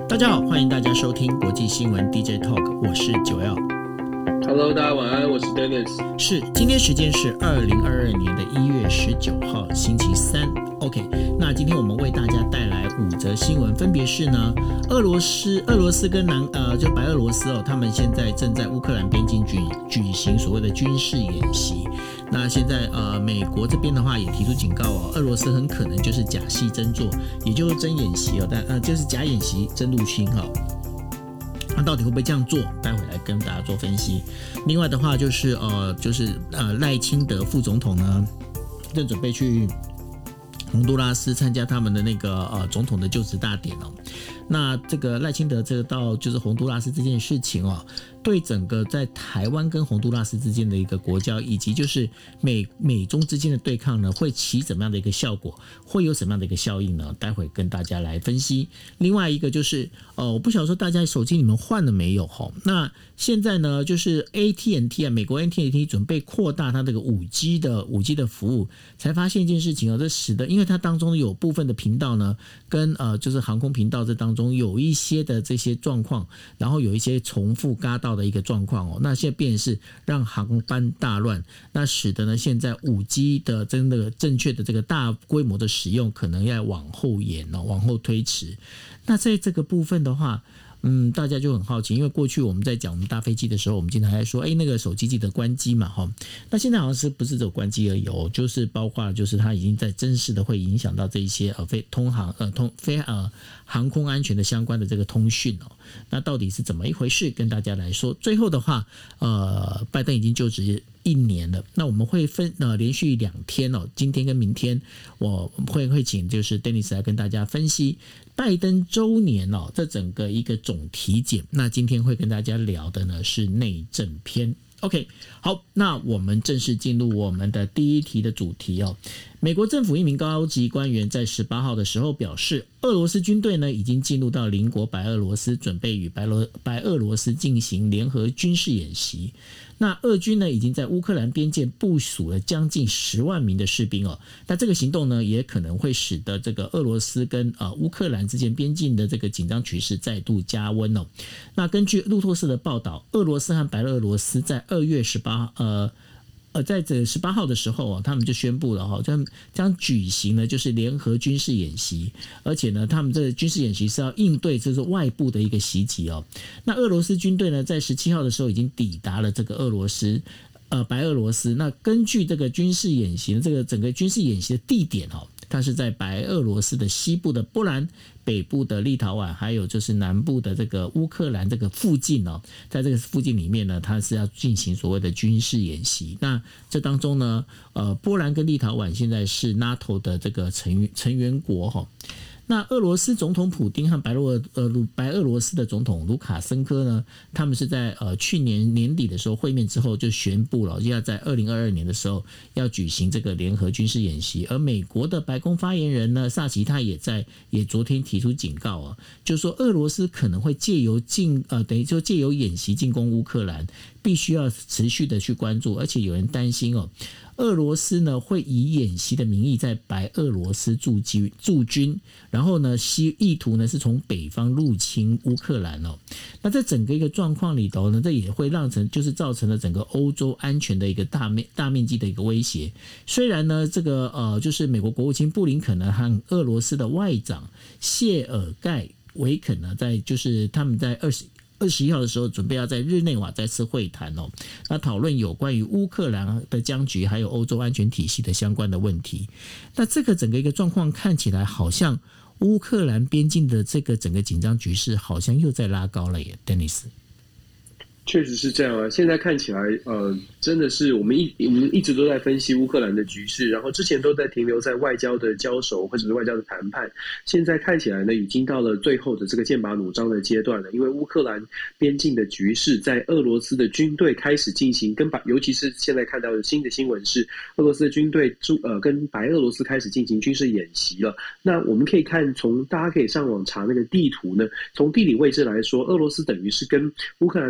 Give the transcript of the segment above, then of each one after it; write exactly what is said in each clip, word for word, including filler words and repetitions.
大家好，欢迎大家收听国际新闻 D J Talk， 我是九 L。 Hello， 大家晚安，我是 Dennis。 是，今天时间是二零二二年的一月十九号，星期三。OK， 那今天我们为大家带来五则新闻，分别是呢，俄罗斯、俄罗斯跟南呃，就白俄罗斯哦，他们现在正在乌克兰边境举举行所谓的军事演习。那现在呃，美国这边的话也提出警告哦，俄罗斯很可能就是假戏真做，也就是真演习哦，但呃就是假演习真入侵哦。那到底会不会这样做？待会来跟大家做分析。另外的话就是呃，就是呃赖清德副总统呢，正准备去洪都拉斯参加他们的那个呃总统的就职大典哦。那这个赖清德这个到就是洪都拉斯这件事情哦，对整个在台湾跟洪都拉斯之间的一个国交，以及就是美美中之间的对抗呢，会起怎么样的一个效果，会有什么样的一个效应呢？待会跟大家来分析。另外一个就是呃，我不晓得说大家手机你们换了没有哈？那现在呢，就是 A T and T 啊，美国 A T and T 准备扩大它这个 五 G 的 五 G 的服务，才发现一件事情哦，这使得因为它当中有部分的频道呢，跟呃就是航空频道这当中有一些的这些状况，然后有一些重复嘎到的一个状况哦，那现在变成是让航班大乱，那使得呢现在 五 G 的真的正确的这个大规模的使用可能要往后延哦，往后推迟。那在这个部分的话，嗯，大家就很好奇，因为过去我们在讲我们搭飞机的时候，我们经常在说，哎，那个手机记得关机嘛，哈。那现在好像是不是只有关机而已哦，就是包括就是它已经在真实的会影响到这一些呃非通航呃通非呃航空安全的相关的这个通讯哦。那到底是怎么一回事？跟大家来说。最后的话，呃，拜登已经就职一年了，那我们会分呃连续两天哦，今天跟明天我会会请就是 Dennis 来跟大家分析拜登周年哦，这整个一个总体检。那今天会跟大家聊的呢是内政篇。OK， 好，那我们正式进入我们的第一题的主题哦。美国政府一名高级官员在十八号的时候表示，俄罗斯军队呢已经进入到邻国白俄罗斯，准备与白罗白俄罗斯进行联合军事演习。那俄军呢已经在乌克兰边界部署了将近十万名的士兵哦。那这个行动呢也可能会使得这个俄罗斯跟呃乌克兰之间边境的这个紧张局势再度加温哦。那根据路透社的报道，俄罗斯和白俄罗斯在二月十八呃。呃，在这十八号的时候啊，他们就宣布了哈，将将举行呢就是联合军事演习，而且呢，他们这个军事演习是要应对就是外部的一个袭击哦。那俄罗斯军队呢，在十七号的时候已经抵达了这个俄罗斯，呃，白俄罗斯。那根据这个军事演习的这个整个军事演习的地点哦，它是在白俄罗斯的西部的波兰、北部的立陶宛，还有就是南部的这个乌克兰这个附近哦，在这个附近里面呢，它是要进行所谓的军事演习。那这当中呢，呃，波兰跟立陶宛现在是 NATO 的这个成员成员国哈。那俄罗斯总统普丁和白俄呃白俄罗斯的总统卢卡申科呢，他们是在呃去年年底的时候会面之后就宣布了，要在二零二二年的时候要举行这个联合军事演习。而美国的白宫发言人呢，萨奇他也在也昨天提出警告啊，就是说俄罗斯可能会借由进呃等于说借由演习进攻乌克兰，必须要持续的去关注，而且有人担心哦。俄罗斯呢会以演习的名义在白俄罗斯驻军，驻军，然后呢，意图呢是从北方入侵乌克兰哦。那在整个一个状况里头呢，这也会让成就是造成了整个欧洲安全的一个大面大面积的一个威胁。虽然呢，这个呃就是美国国务卿布林肯呢和俄罗斯的外长谢尔盖维肯呢，在就是他们在二十。二十一号的时候，准备要在日内瓦再次会谈哦，那讨论有关于乌克兰的僵局，还有欧洲安全体系的相关的问题。那这个整个一个状况看起来，好像乌克兰边境的这个整个紧张局势，好像又在拉高了耶 ，Dennis。 确实是这样啊！现在看起来，呃，真的是我们一我们一直都在分析乌克兰的局势，然后之前都在停留在外交的交手或者是外交的谈判，现在看起来呢，已经到了最后的这个剑拔弩张的阶段了。因为乌克兰边境的局势，在俄罗斯的军队开始进行跟白，尤其是现在看到的新的新闻是，俄罗斯的军队呃跟白俄罗斯开始进行军事演习了。那我们可以看，从大家可以上网查那个地图呢，从地理位置来说，俄罗斯等于是跟乌克兰北边的白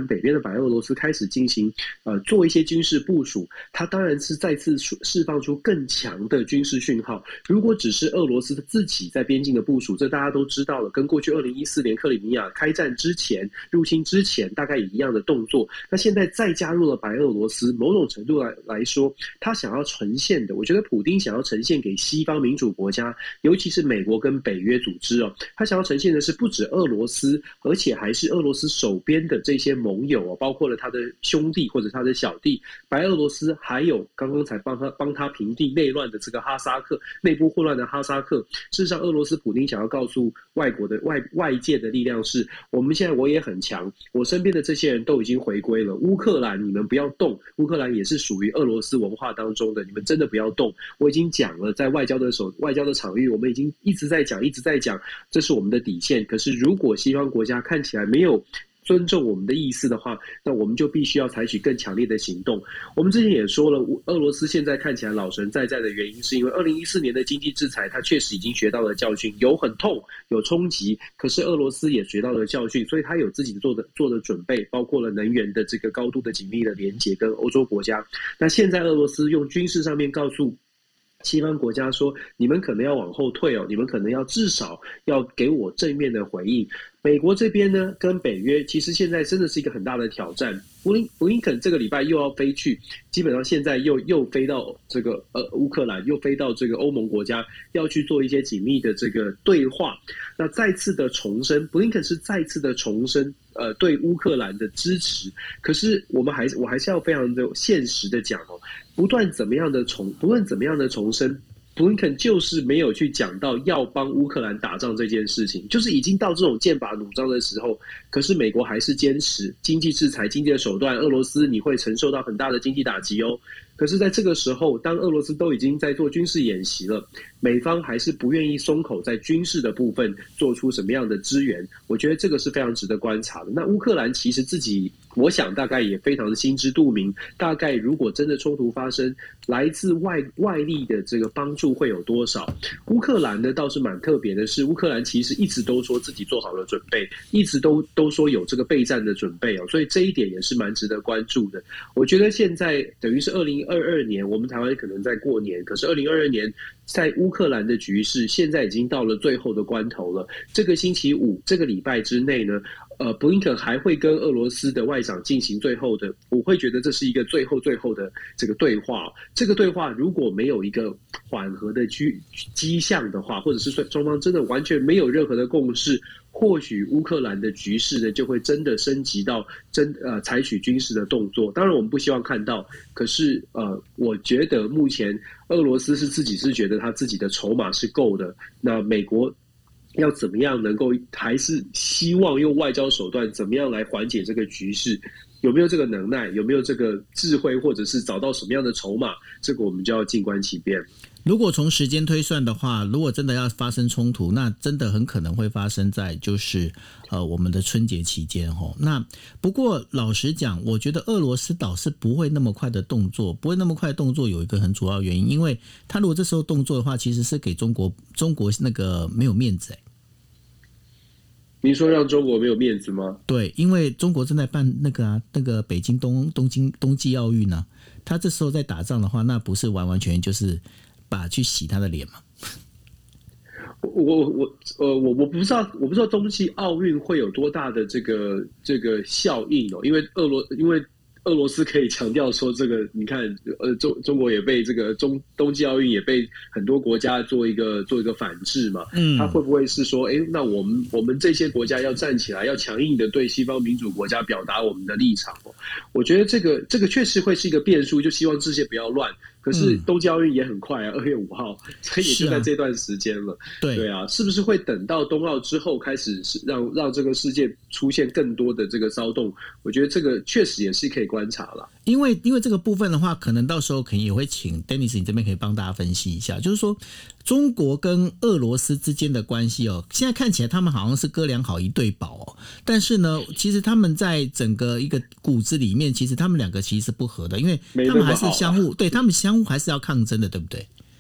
白俄罗斯开始进行呃做一些军事部署，它当然是再次释放出更强的军事讯号。如果只是俄罗斯自己在边境的部署，这大家都知道了，跟过去二零一四年克里米亚开战之前入侵之前大概一样的动作。那现在再加入了白俄罗斯，某种程度来来说，他想要呈现的，我觉得普丁想要呈现给西方民主国家，尤其是美国跟北约组织哦，他想要呈现的是不止俄罗斯，而且还是俄罗斯手边的这些盟友哦，包括了他的兄弟或者他的小弟白俄罗斯，还有刚刚才帮他帮他平定内乱的这个哈萨克，内部混乱的哈萨克。事实上，俄罗斯普丁想要告诉外国的外外界的力量是，我们现在我也很强，我身边的这些人都已经回归了。乌克兰你们不要动，乌克兰也是属于俄罗斯文化当中的，你们真的不要动。我已经讲了，在外交的手外交的场域，我们已经一直在讲，一直在讲，这是我们的底线。可是如果西方国家看起来没有尊重我们的意思的话，那我们就必须要采取更强烈的行动。我们之前也说了，俄罗斯现在看起来老神在在的原因，是因为二零一四年的经济制裁，它确实已经学到了教训，有很痛，有冲击，可是俄罗斯也学到了教训，所以它有自己做的做的准备，包括了能源的这个高度的紧密的连结跟欧洲国家。那现在俄罗斯用军事上面告诉西方国家说，你们可能要往后退哦，你们可能要至少要给我正面的回应。美国这边呢，跟北约其实现在真的是一个很大的挑战。布林布林肯这个礼拜又要飞去，基本上现在又又飞到这个呃乌克兰，又飞到这个欧盟国家，要去做一些紧密的这个对话。那再次的重申，布林肯是再次的重申呃对乌克兰的支持。可是我们还是我还是要非常的现实的讲哦，不断怎么样的重，不论怎么样的重申。布林肯就是没有去讲到要帮乌克兰打仗这件事情，就是已经到这种剑拔弩张的时候，可是美国还是坚持经济制裁、经济的手段，俄罗斯你会承受到很大的经济打击哦。可是在这个时候，当俄罗斯都已经在做军事演习了，美方还是不愿意松口，在军事的部分做出什么样的支援，我觉得这个是非常值得观察的。那乌克兰其实自己，我想大概也非常的心知肚明，大概如果真的冲突发生，来自外外力的这个帮助会有多少？乌克兰呢倒是蛮特别的是，乌克兰其实一直都说自己做好了准备，一直都都说有这个备战的准备哦，所以这一点也是蛮值得关注的。我觉得现在等于是二零二二年，我们台湾可能在过年，可是二零二二年在乌克兰的局势现在已经到了最后的关头了。这个星期五，这个礼拜之内呢，呃，布林肯还会跟俄罗斯的外长进行最后的，我会觉得这是一个最后最后的这个对话。这个对话如果没有一个缓和的迹迹象的话，或者是双方真的完全没有任何的共识，或许乌克兰的局势呢就会真的升级到真呃采取军事的动作。当然我们不希望看到，可是呃，我觉得目前俄罗斯是自己是觉得他自己的筹码是够的，那美国要怎么样能够还是希望用外交手段怎么样来缓解这个局势，有没有这个能耐，有没有这个智慧，或者是找到什么样的筹码，这个我们就要静观其变。 如果从时间推算的话，如果真的要发生冲突，那真的很可能会发生在就是呃我们的春节期间吼。那不过老实讲，我觉得俄罗斯倒是不会那么快的动作，不会那么快的动作有一个很主要原因，因为他如果这时候动作的话，其实是给中国中国那个没有面子哎。 您说让中国没有面子吗？ 对，因为中国正在办那个啊，那个北京东东京冬季奥运呢，他这时候在打仗的话，那不是完完全全就是把去洗他的脸吗？ 我我我呃我我不知道我不知道冬季奥运会有多大的这个这个效应哦，因为俄罗因为。俄罗斯可以强调说，这个你看，呃，中中国也被这个中冬季奥运也被很多国家做一个做一个反制嘛，嗯，他会不会是说，哎，那我们我们这些国家要站起来，要强硬的对西方民主国家表达我们的立场哦？我觉得这个这个确实会是一个变数，就希望这些不要乱。可是冬季奥运也很快啊，二月五号，所以也就在这段时间了。 对对啊，是不是会等到冬奥之后开始让让这个世界出现更多的这个骚动？我觉得这个确实也是可以观察了。 因为因为这个部分的话，可能到时候可能也会请 Dennis 你这边可以帮大家分析一下，就是说中国跟俄罗斯之间的关系哦，现在看起来他们好像是哥俩好一对宝哦，但是呢，其实他们在整个一个骨子里面，其实他们两个其实是不合的，因为他们还是相互，对他们相互还是要抗争的，对不对？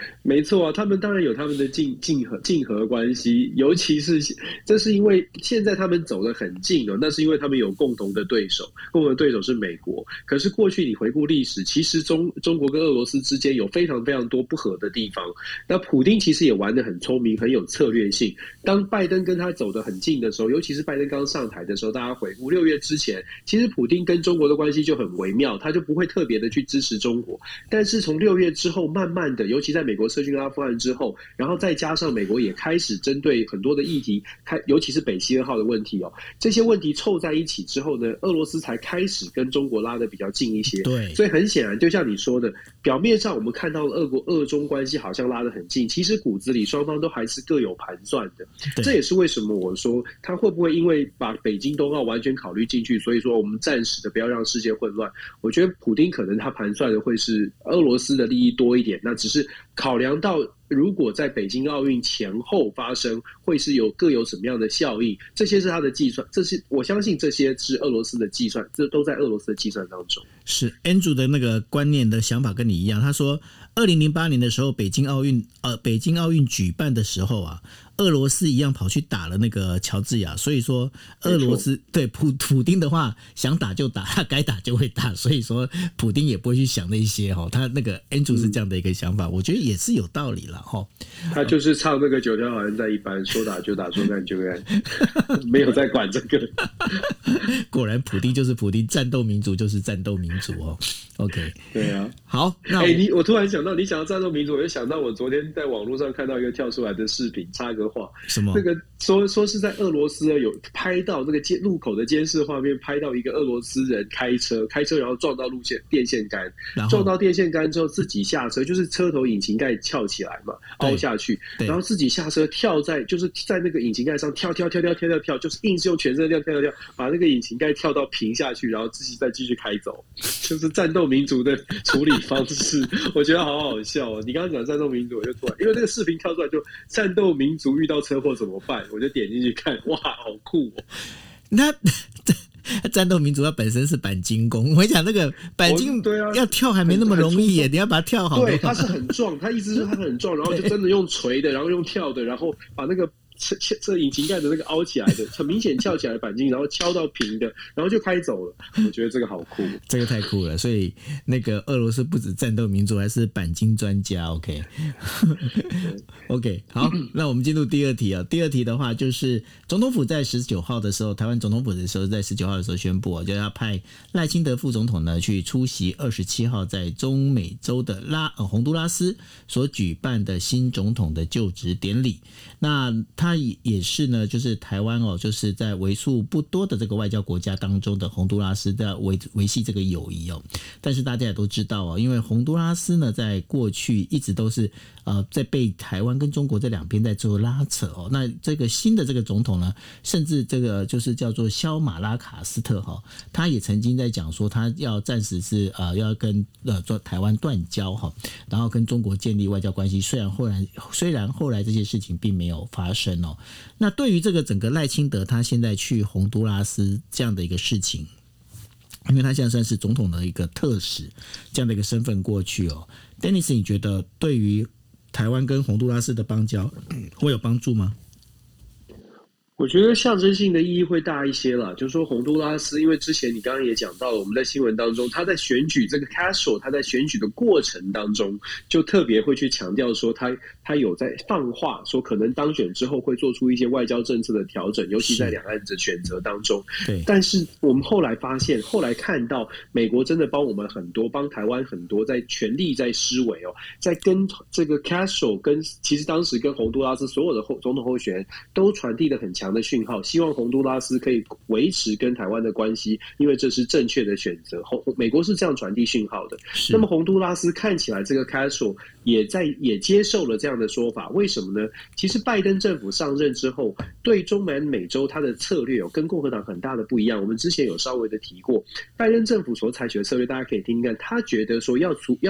没错啊，他们当然有他们的竞竞合竞合关系，尤其是这是因为现在他们走得很近哦，那是因为他们有共同的对手，共同的对手是美国。可是过去你回顾历史，其实中中国跟俄罗斯之间有非常非常多不合的地方。那普丁其实也玩得很聪明，很有策略性。当拜登跟他走得很近的时候，尤其是拜登刚上台的时候，大家回顾六月之前，其实普丁跟中国的关系就很微妙，他就不会特别的去支持中国。但是从六月之后，慢慢的，尤其在美国撤军阿富汗之后，然后再加上美国也开始针对很多的议题，开尤其是北溪二号的问题哦，这些问题凑在一起之后呢，俄罗斯才开始跟中国拉得比较近一些。 对， 所以很显然，就像你说的，表面上我们看到俄国俄中关系好像拉得很近，其实骨子里双方都还是各有盘算的。这也是为什么我说他会不会因为把北京冬奥完全考虑进去，所以说我们暂时的不要让世界混乱。我觉得普丁可能他盘算的会是俄罗斯的利益多一点，那只是考量到如果在北京奥运前后发生，会是有各有什么样的效应，这些是他的计算，这是我相信这些是俄罗斯的计算，这都在俄罗斯的计算当中。 是 Andrew 的那个观念的想法跟你一样，他说二零零八年的时候北京奥运呃北京奥运举办的时候啊，俄罗斯一样跑去打了那个乔治亚，所以说俄罗斯对普普丁的话想打就打，他该打就会打，所以说普丁也不会去想那些哈，他那个 Andrew 是这样的一个想法，嗯、我觉得也是有道理了哈。 他就是唱那个九条好像在一般，说打就打，说干就干，没有在管这个。 果然普丁就是普丁，战斗民族就是战斗民族哦。OK， 对啊， 好，那我、 欸、你我突然想到，你想到战斗民族，我就想到我昨天在网络上看到一个跳出来的视频，插个话， 什么？ 那个说说是在俄罗斯有拍到这个监路口的监视画面，拍到一个俄罗斯人开车开车，然后撞到路线电线杆，撞到电线杆之后自己下车，就是车头引擎盖翘起来嘛，凹下去，然后自己下车跳在就是在那个引擎盖上跳跳跳跳跳跳跳，就是硬是用全身跳跳跳跳，把那个引擎盖跳到平下去，然后自己再继续开走，就是战斗民族的处理方式，我觉得好好笑哦。你刚刚讲战斗民族，我就突然因为那个视频跳出来就战斗民族遇到车祸怎么办，我就点进去看，哇，好酷哦！ 那战斗民族它本身是钣金工，我讲那个钣金对啊，要跳还没那么容易耶，你要把它跳好。 对，它是很壮，它意思是它很壮，然后就真的用锤的，然后用跳的，然后把那个。这这引擎盖的那个凹起来的，很明显翘起来的钣金，然后敲到平的，然后就开走了。我觉得这个好酷， 这个太酷了。所以那个俄罗斯不止战斗民族，还是钣金专家。OK，OK，、okay. okay, 好，那我们进入第二题啊。第二题的话，就是总统府在十九号的时候，台湾总统府的时候，在十九号的时候宣布啊，就要派赖清德副总统呢去出席二十七号在中美洲的拉呃洪都拉斯所举办的新总统的就职典礼。那他也是呢，就是台湾哦，就是在为数不多的这个外交国家当中的洪都拉斯在维维系这个友谊哦。但是大家也都知道哦，因为洪都拉斯呢，在过去一直都是呃在被台湾跟中国这两边在做拉扯哦。那这个新的这个总统呢，甚至这个就是叫做肖马拉卡斯特哈、哦，他也曾经在讲说，他要暂时是呃要跟呃做台湾断交哈，然后跟中国建立外交关系。虽然后来虽然后来这些事情并没有发生哦。那对于这个整个赖清德他现在去洪都拉斯这样的一个事情，因为他现在算是总统的一个特使这样的一个身份过去哦 ，Dennis， 你觉得对于台湾跟洪都拉斯的邦交会有帮助吗？ 我觉得象征性的意义会大一些啦，就是说洪都拉斯，因为之前你刚刚也讲到了，我们在新闻当中，他在选举这个 Castro， 他在选举的过程当中，就特别会去强调说他他有在放话，说可能当选之后会做出一些外交政策的调整，尤其在两岸的选择当中。对，但是我们后来发现，后来看到美国真的帮我们很多，帮台湾很多，在全力在施为哦，在跟这个 Castro 跟其实当时跟洪都拉斯所有的候总统候选人都传递了很强的讯号，希望洪都拉斯可以维持跟台湾的关系，因为这是正确的选择。美国是这样传递讯号的。那么洪都拉斯看起来这个 Castro 也在也接受了这样的说法，为什么呢？其实拜登政府上任之后，对中南美洲他的策略有跟共和党很大的不一样。我们之前有稍微的提过，拜登政府所采取的策略，大家可以听听看，他觉得说要要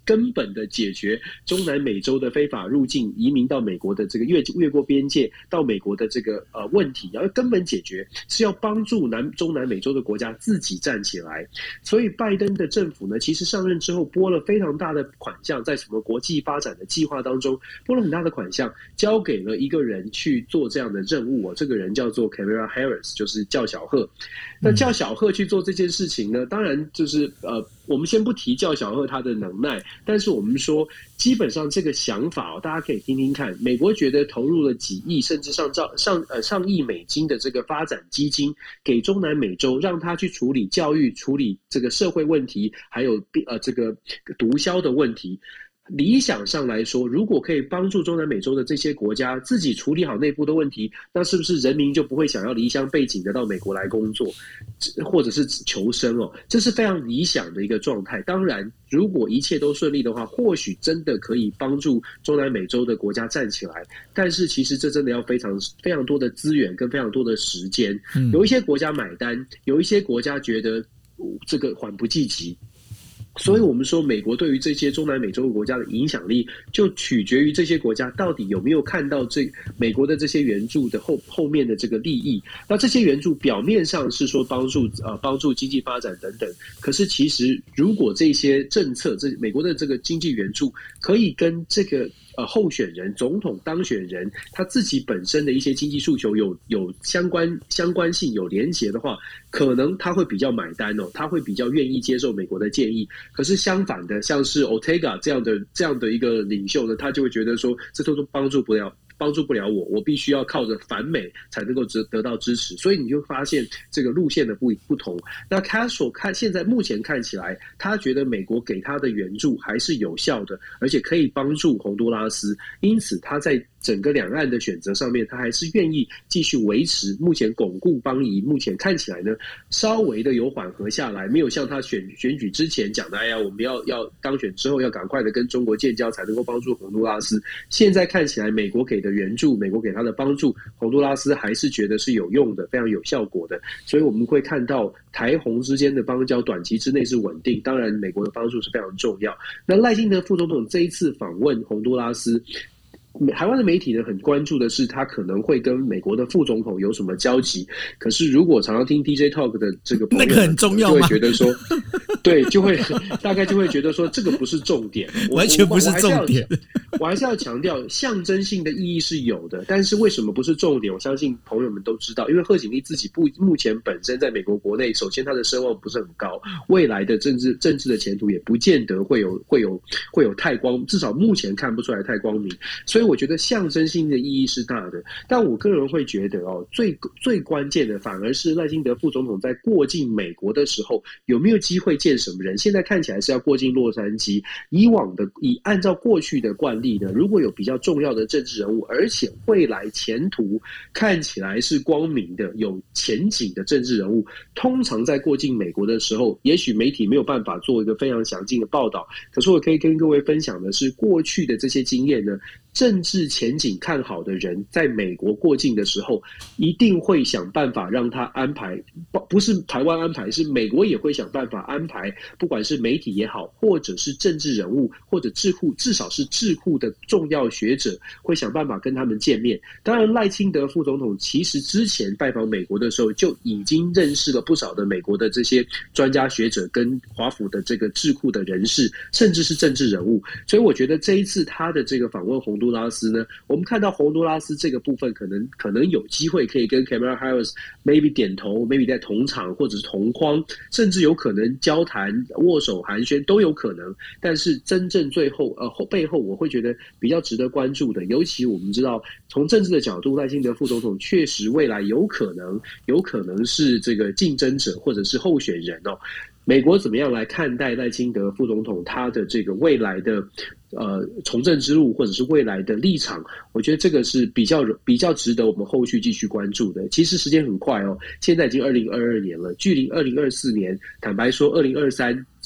根本的解决中南美洲的非法入境移民到美国的这个越越过边界到美国的这个呃问题，要根本解决是要帮助南中南美洲的国家自己站起来。所以拜登的政府呢，其实上任之后拨了非常大的款项，在什么国际发展的计划当中拨了很大的款项，交给了一个人去做这样的任务哦。这个人叫做 Kamala Harris， 就是叫小贺。那叫小贺去做这件事情呢，当然就是呃，我们先不提叫小贺他的能耐，但是我们说，基本上这个想法哦，大家可以听听看。美国觉得投入了几亿甚至上兆上呃上亿美金的这个发展基金给中南美洲，让他去处理教育、处理这个社会问题，还有呃这个毒枭的问题。理想上来说，如果可以帮助中南美洲的这些国家自己处理好内部的问题，那是不是人民就不会想要离乡背井的到美国来工作，或者是求生哦？这是非常理想的一个状态。当然，如果一切都顺利的话，或许真的可以帮助中南美洲的国家站起来。但是，其实这真的要非常非常多的资源跟非常多的时间。有一些国家买单，有一些国家觉得这个缓不济急。所以我们说，美国对于这些中南美洲国家的影响力，就取决于这些国家到底有没有看到这美国的这些援助的后后面的这个利益。那这些援助表面上是说帮助呃帮助经济发展等等，可是其实如果这些政策，这美国的这个经济援助可以跟这个呃候选人、总统当选人他自己本身的一些经济诉求有有相关相关性、有连结的话，可能他会比较买单哦，他会比较愿意接受美国的建议。可是相反的，像是 Ortega 这样的这样的一个领袖呢，他就会觉得说，这都帮助不了。帮助不了我，我必须要靠着反美才能够得得到支持，所以你就发现这个路线的不不同。那 Castro 看现在目前看起来，他觉得美国给他的援助还是有效的，而且可以帮助洪都拉斯，因此他在整个两岸的选择上面，他还是愿意继续维持目前巩固邦谊。目前看起来呢，稍微的有缓和下来，没有像他选选举之前讲的，哎呀，我们要要当选之后要赶快的跟中国建交，才能够帮助洪都拉斯。现在看起来，美国给的援助，美国给他的帮助，洪都拉斯还是觉得是有用的，非常有效果的。所以我们会看到台洪之间的邦交短期之内是稳定，当然美国的帮助是非常重要。那赖清德副总统这一次访问洪都拉斯，台湾的媒体呢很关注的是他可能会跟美国的副总统有什么交集。可是如果常常听 D J Talk 的这个朋友， 那个很重要吗？ 就会觉得说，对，就会大概就会觉得说这个不是重点， 完全不是重点。 我还是要强调，象征性的意义是有的，但是为什么不是重点？我相信朋友们都知道，因为贺锦丽自己不目前本身在美国国内，首先他的声望不是很高，未来的政治政治的前途也不见得会有会有会有太光，至少目前看不出来太光明。所以我觉得象征性的意义是大的，但我个人会觉得哦，最最关键的反而是赖清德副总统在过境美国的时候有没有机会见什么人。现在看起来是要过境洛杉矶，以往的以按照过去的惯例呢，如果有比较重要的政治人物，而且未来前途看起来是光明的、有前景的政治人物，通常在过境美国的时候，也许媒体没有办法做一个非常详尽的报道，可是我可以跟各位分享的是，过去的这些经验呢，政治前景看好的人在美国过境的时候，一定会想办法让他安排，不是台湾安排，是美国也会想办法安排，不管是媒体也好，或者是政治人物，或者智库，至少是智库的重要学者，会想办法跟他们见面。当然，赖清德副总统其实之前拜访美国的时候，就已经认识了不少的美国的这些专家学者跟华府的这个智库的人士，甚至是政治人物。所以我觉得这一次他的这个访问洪都拉斯呢，我们看到洪都拉斯这个部分可能可能有机会可以跟 Kamala Harris maybe 点头 maybe 在同场或者是同框，甚至有可能交谈握手寒暄都有可能。但是真正最后呃后背后我会觉得比较值得关注的，尤其我们知道从政治的角度，赖清德副总统确实未来有可能有可能是这个竞争者或者是候选人哦。美国怎么样来看待赖清德副总统他的这个未来的呃从政之路，或者是未来的立场？我觉得这个是比较比较值得我们后续继续关注的。其实时间很快哦，现在已经二零二二年了，距离二零二四年，坦白说，二零二三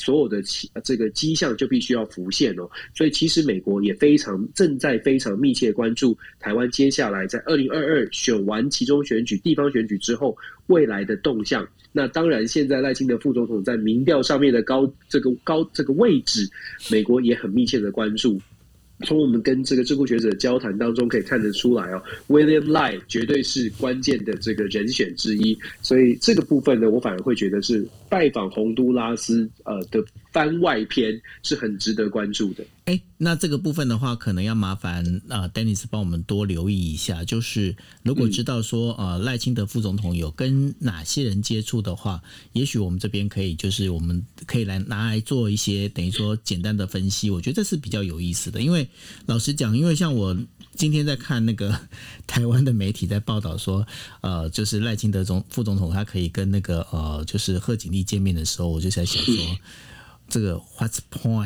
所有的这个迹象就必须要浮现哦。所以其实美国也非常正在非常密切关注台湾接下来在二零二二选完期中选举、地方选举之后未来的动向。那当然，现在赖清德副总统在民调上面的高这个高这个位置，美国也很密切的关注。从我们跟这个智库学者交谈当中可以看得出来哦 ，William Lai 绝对是关键的这个人选之一。所以这个部分呢，我反而会觉得是拜访洪都拉斯呃的番外篇是很值得关注的。 哎，那这个部分的话，可能要麻烦啊、呃、Dennis 帮我们多留意一下。就是如果知道说呃赖清德副总统有跟哪些人接触的话，也许我们这边可以就是我们可以来拿来做一些等于说简单的分析。我觉得这是比较有意思的，因为老实讲，因为像我今天在看那个台湾的媒体在报道说，呃，就是赖清德总副总统他可以跟那个呃就是贺锦丽见面的时候，我就在想说。这个 what's the point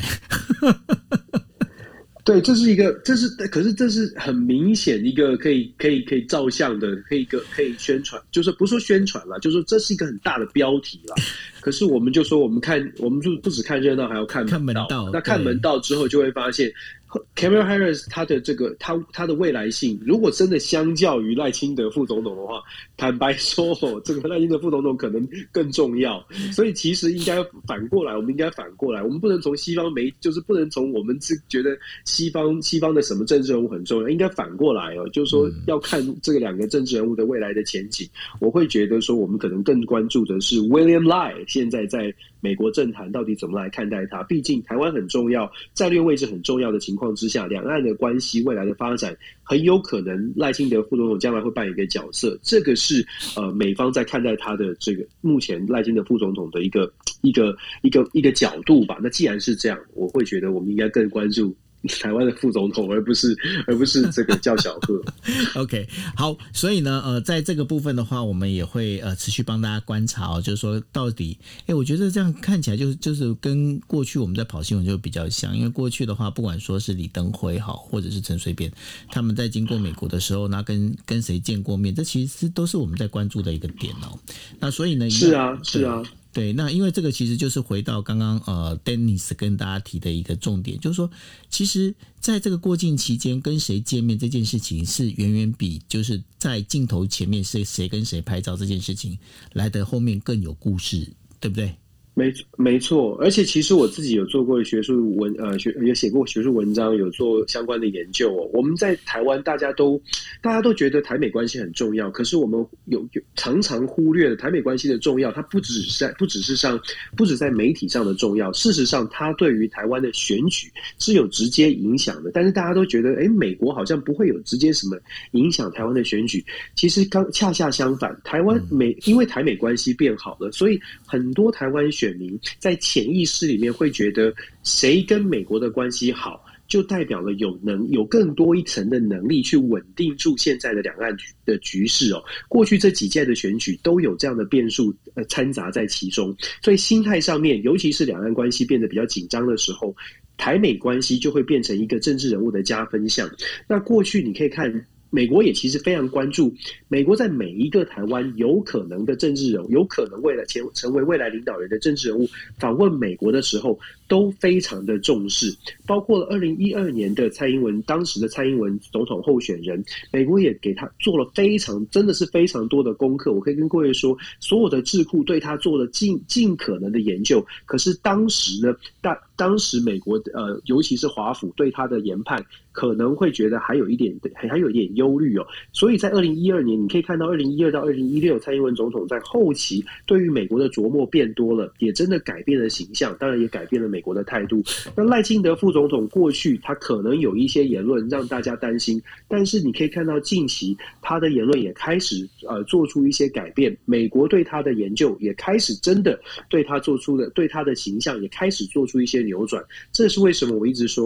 对，这是一个，这是，可是这是很明显一个可以可以可以照相的，可以个可以宣传，就是不说宣传啦，就是说这是一个很大的标题啦。可是我们就说，我们看，我们就不只看热闹，还要看门道。 看门道那看门道之后，就会发现 ，Kamala Harris 他的这个他他的未来性，如果真的相较于赖清德副总统的话，坦白说，哦，这个赖清德副总统可能更重要。所以其实应该反过来，我们应该反过来，我们不能从西方媒，就是不能从我们是觉得西方西方的什么政治人物很重要，应该反过来哦，就是说要看这个两个政治人物的未来的前景。我会觉得说，我们可能更关注的是 William Lai 现在在美国政坛到底怎么来看待他？毕竟台湾很重要，战略位置很重要的情况之下，两岸的关系未来的发展很有可能赖清德副总统将来会扮演一个角色。这个是呃美方在看待他的这个目前赖清德副总统的一个一个一个一个角度吧。那既然是这样，我会觉得我们应该更关注台湾的副总统，而不是而不是这个叫小贺。 OK， 好，所以呢，呃，在这个部分的话，我们也会呃持续帮大家观察哦，就是说到底，哎，我觉得这样看起来就是就是跟过去我们在跑新闻就比较像，因为过去的话，不管说是李登辉好，或者是陈水扁，他们在经过美国的时候，那跟跟谁见过面，这其实都是我们在关注的一个点哦。那所以呢， 是啊，是啊。 对，那因为这个其实就是回到刚刚呃 Dennis 跟大家提的一个重点，就是说，其实在这个过境期间跟谁见面这件事情，是远远比就是在镜头前面是谁跟谁拍照这件事情来的后面更有故事，对不对？ 没没错，而且其实我自己有做过学术文呃学有写过学术文章，有做相关的研究哦。我们在台湾大家都大家都觉得台美关系很重要，可是我们有有常常忽略了台美关系的重要，它不只是在不只是上不只在媒体上的重要，事实上它对于台湾的选举是有直接影响的。但是大家都觉得，哎，美国好像不会有直接什么影响台湾的选举。其实刚恰恰相反，台湾美因为台美关系变好了，所以很多台湾选选民在潜意识里面会觉得，谁跟美国的关系好，就代表了有能有更多一层的能力去稳定住现在的两岸的局势哦。过去这几届的选举都有这样的变数呃掺杂在其中，所以心态上面，尤其是两岸关系变得比较紧张的时候，台美关系就会变成一个政治人物的加分项。那过去你可以看。美国也其实非常关注，美国在每一个台湾有可能的政治人物，有可能未来前成为未来领导人的政治人物访问美国的时候，都非常的重视。包括了二零一二年的蔡英文，当时的蔡英文总统候选人，美国也给他做了非常，真的是非常多的功课。我可以跟各位说，所有的智库对他做了尽尽可能的研究。可是当时呢，当当时美国呃，尤其是华府对他的研判，可能会觉得还有一点，还有一点忧虑哦。所以在二零一二年，你可以看到二零一二到二零一六，蔡英文总统在后期对于美国的琢磨变多了，也真的改变了形象，当然也改变了美国的态度。那赖清德副总统过去他可能有一些言论让大家担心，但是你可以看到近期他的言论也开始呃做出一些改变，美国对他的研究也开始真的对他做出的对他的形象也开始做出一些扭转。这是为什么我一直说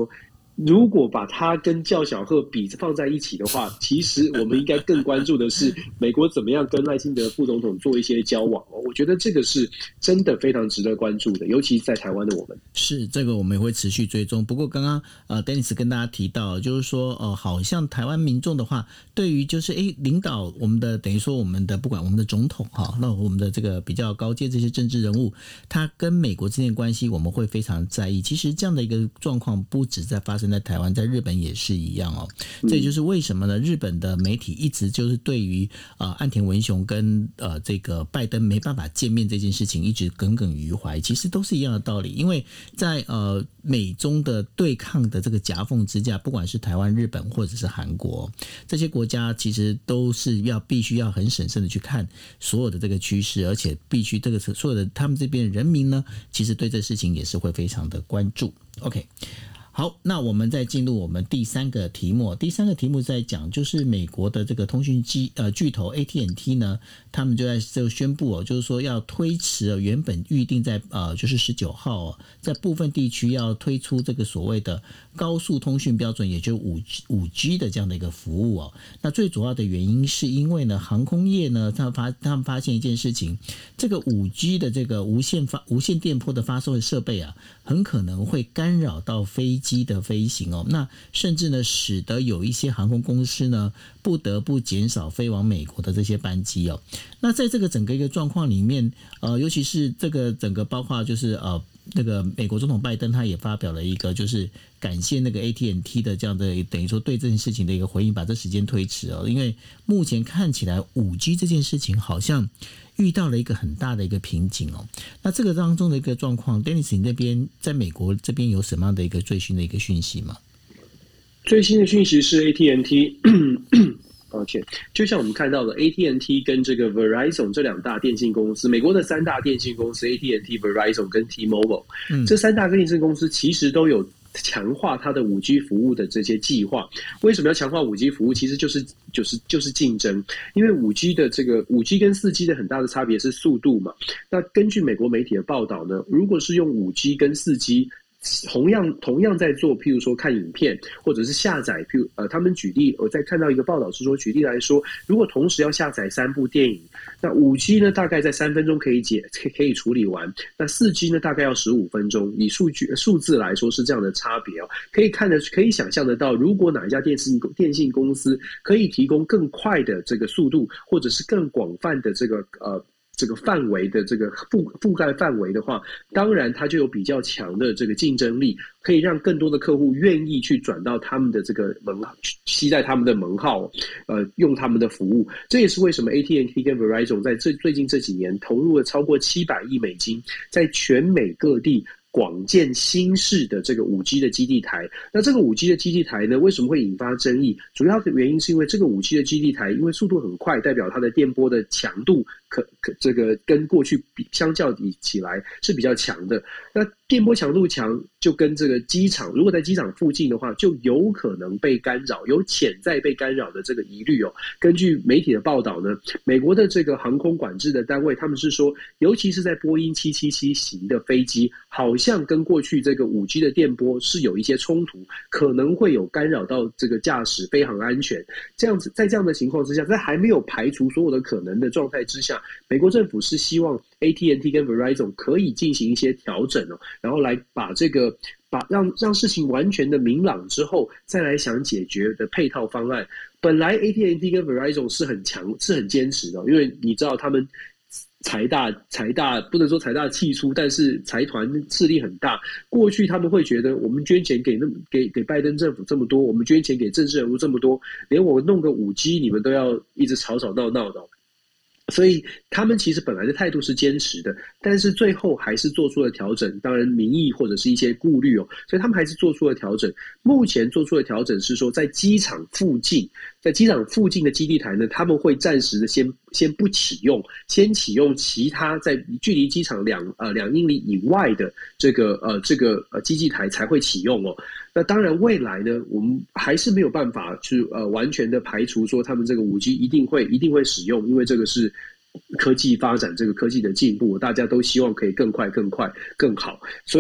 如果把它跟叫小贺比放在一起的话，其实我们应该更关注的是美国怎么样跟赖清德副总统做一些交往哦。我觉得这个是真的非常值得关注的，尤其在台湾的我们。 是这个我们也会持续追踪。不过刚刚呃 Dennis 跟大家提到，就是说呃好像台湾民众的话，对于就是诶领导我们的等于说我们的不管我们的总统哈，那我们的这个比较高阶这些政治人物，他跟美国之间的关系我们会非常在意。其实这样的一个状况不止在发生在台湾，在日本也是一样哦。这也就是为什么呢？日本的媒体一直就是对于呃岸田文雄跟呃这个拜登没办法见面这件事情一直耿耿于怀。其实都是一样的道理，因为在呃美中的对抗的这个夹缝之下，不管是台湾、日本或者是韩国，这些国家其实都是要必须要很审慎的去看所有的这个趋势，而且必须这个所有的他们这边的人民呢，其实对这事情也是会非常的关注。OK。好，那我们再进入我们第三个题目。第三个题目在讲，就是美国的这个通讯机呃巨头 A T and T 呢，他们就在这宣布哦，就是说要推迟、哦、原本预定在呃就是十九号、哦、在部分地区要推出这个所谓的高速通讯标准，也就是 五 G 的这样的一个服务哦。那最主要的原因是因为呢，航空业呢，他们发他们发现一件事情，这个 五 G 的这个无线发无线电波的发送的设备啊，很可能会干扰到飞机的飞行哦。那甚至呢，使得有一些航空公司呢，不得不减少飞往美国的这些班机哦。那在这个整个一个状况里面，呃，尤其是这个整个包括就是呃。那个美国总统拜登他也发表了一个就是感谢那个 A T and T 的这样的等于说对这件事情的一个回应，把这时间推迟哦，因为目前看起来 五 G 这件事情好像遇到了一个很大的一个瓶颈哦。那这个当中的一个状况 ，Dennis 你那边在美国这边有什么样的一个最新的一个讯息吗？ 最新的讯息是 A T and T 抱歉，就像我们看到的 A T and T 跟这个 Verizon 这两大电信公司，美国的三大电信公司 A T and T、Verizon 跟 T-Mobile，、嗯、这三大电信公司其实都有强化它的 五 G 服务的这些计划。为什么要强化 五 G 服务？其实就是就是就是竞争，因为 五 G 的这个 五 G 跟四 G 的很大的差别是速度嘛。那根据美国媒体的报道呢，如果是用 五 G 跟四 G。同样同样在做，譬如说看影片或者是下载，譬如呃，他们举例，我在看到一个报道是说，举例来说，如果同时要下载三部电影，那 五 G 呢大概在三分钟可以解可以处理完，那四 G 呢大概要十五分钟。以数据数字来说是这样的差别哦，可以看得可以想象得到，如果哪一家电信电信公司可以提供更快的这个速度，或者是更广泛的这个呃。这个范围的这个覆覆盖范围的话，当然它就有比较强的这个竞争力，可以让更多的客户愿意去转到他们的这个门号，期待他们的门号，呃，用他们的服务。这也是为什么 A T and T 跟 Verizon 在最最近这几年投入了超过七百亿美金，在全美各地广建新式的这个 五 G 的基地台。那这个 五 G 的基地台呢，为什么会引发争议？主要的原因是因为这个 五 G 的基地台，因为速度很快，代表它的电波的强度可可这个跟过去比相较起来是比较强的。那电波强度强，就跟这个机场，如果在机场附近的话，就有可能被干扰，有潜在被干扰的这个疑虑哦。根据媒体的报道呢，美国的这个航空管制的单位，他们是说，尤其是在波音七七七型的飞机，好像跟过去这个 五 G 的电波是有一些冲突，可能会有干扰到这个驾驶飞航安全。这样子，在这样的情况之下，在还没有排除所有的可能的状态之下，美国政府是希望 A T and T 跟 Verizon 可以进行一些调整哦，然后来把这个把让让事情完全的明朗之后，再来想解决的配套方案。本来 A T and T 跟 Verizon 是很强是很坚持的，因为你知道他们财大财大不能说财大气粗，但是财团势力很大。过去他们会觉得，我们捐钱给那给给拜登政府这么多，我们捐钱给政治人物这么多，连我弄个 五 G 你们都要一直吵吵闹闹的。所以他们其实本来的态度是坚持的，但是最后还是做出了调整。当然民意或者是一些顾虑哦，所以他们还是做出了调整。目前做出的调整是说，在机场附近，在机场附近的基地台呢，他们会暂时的先先不启用，先启用其他在距离机场两呃两英里以外的这个呃这个呃基地台才会启用哦。那当然未来呢，我们还是没有办法去呃完全的排除说他们这个 五 G 一定会一定会使用，因为这个是科技发展，这个科技的进步，大家都希望可以更快更快更好。所以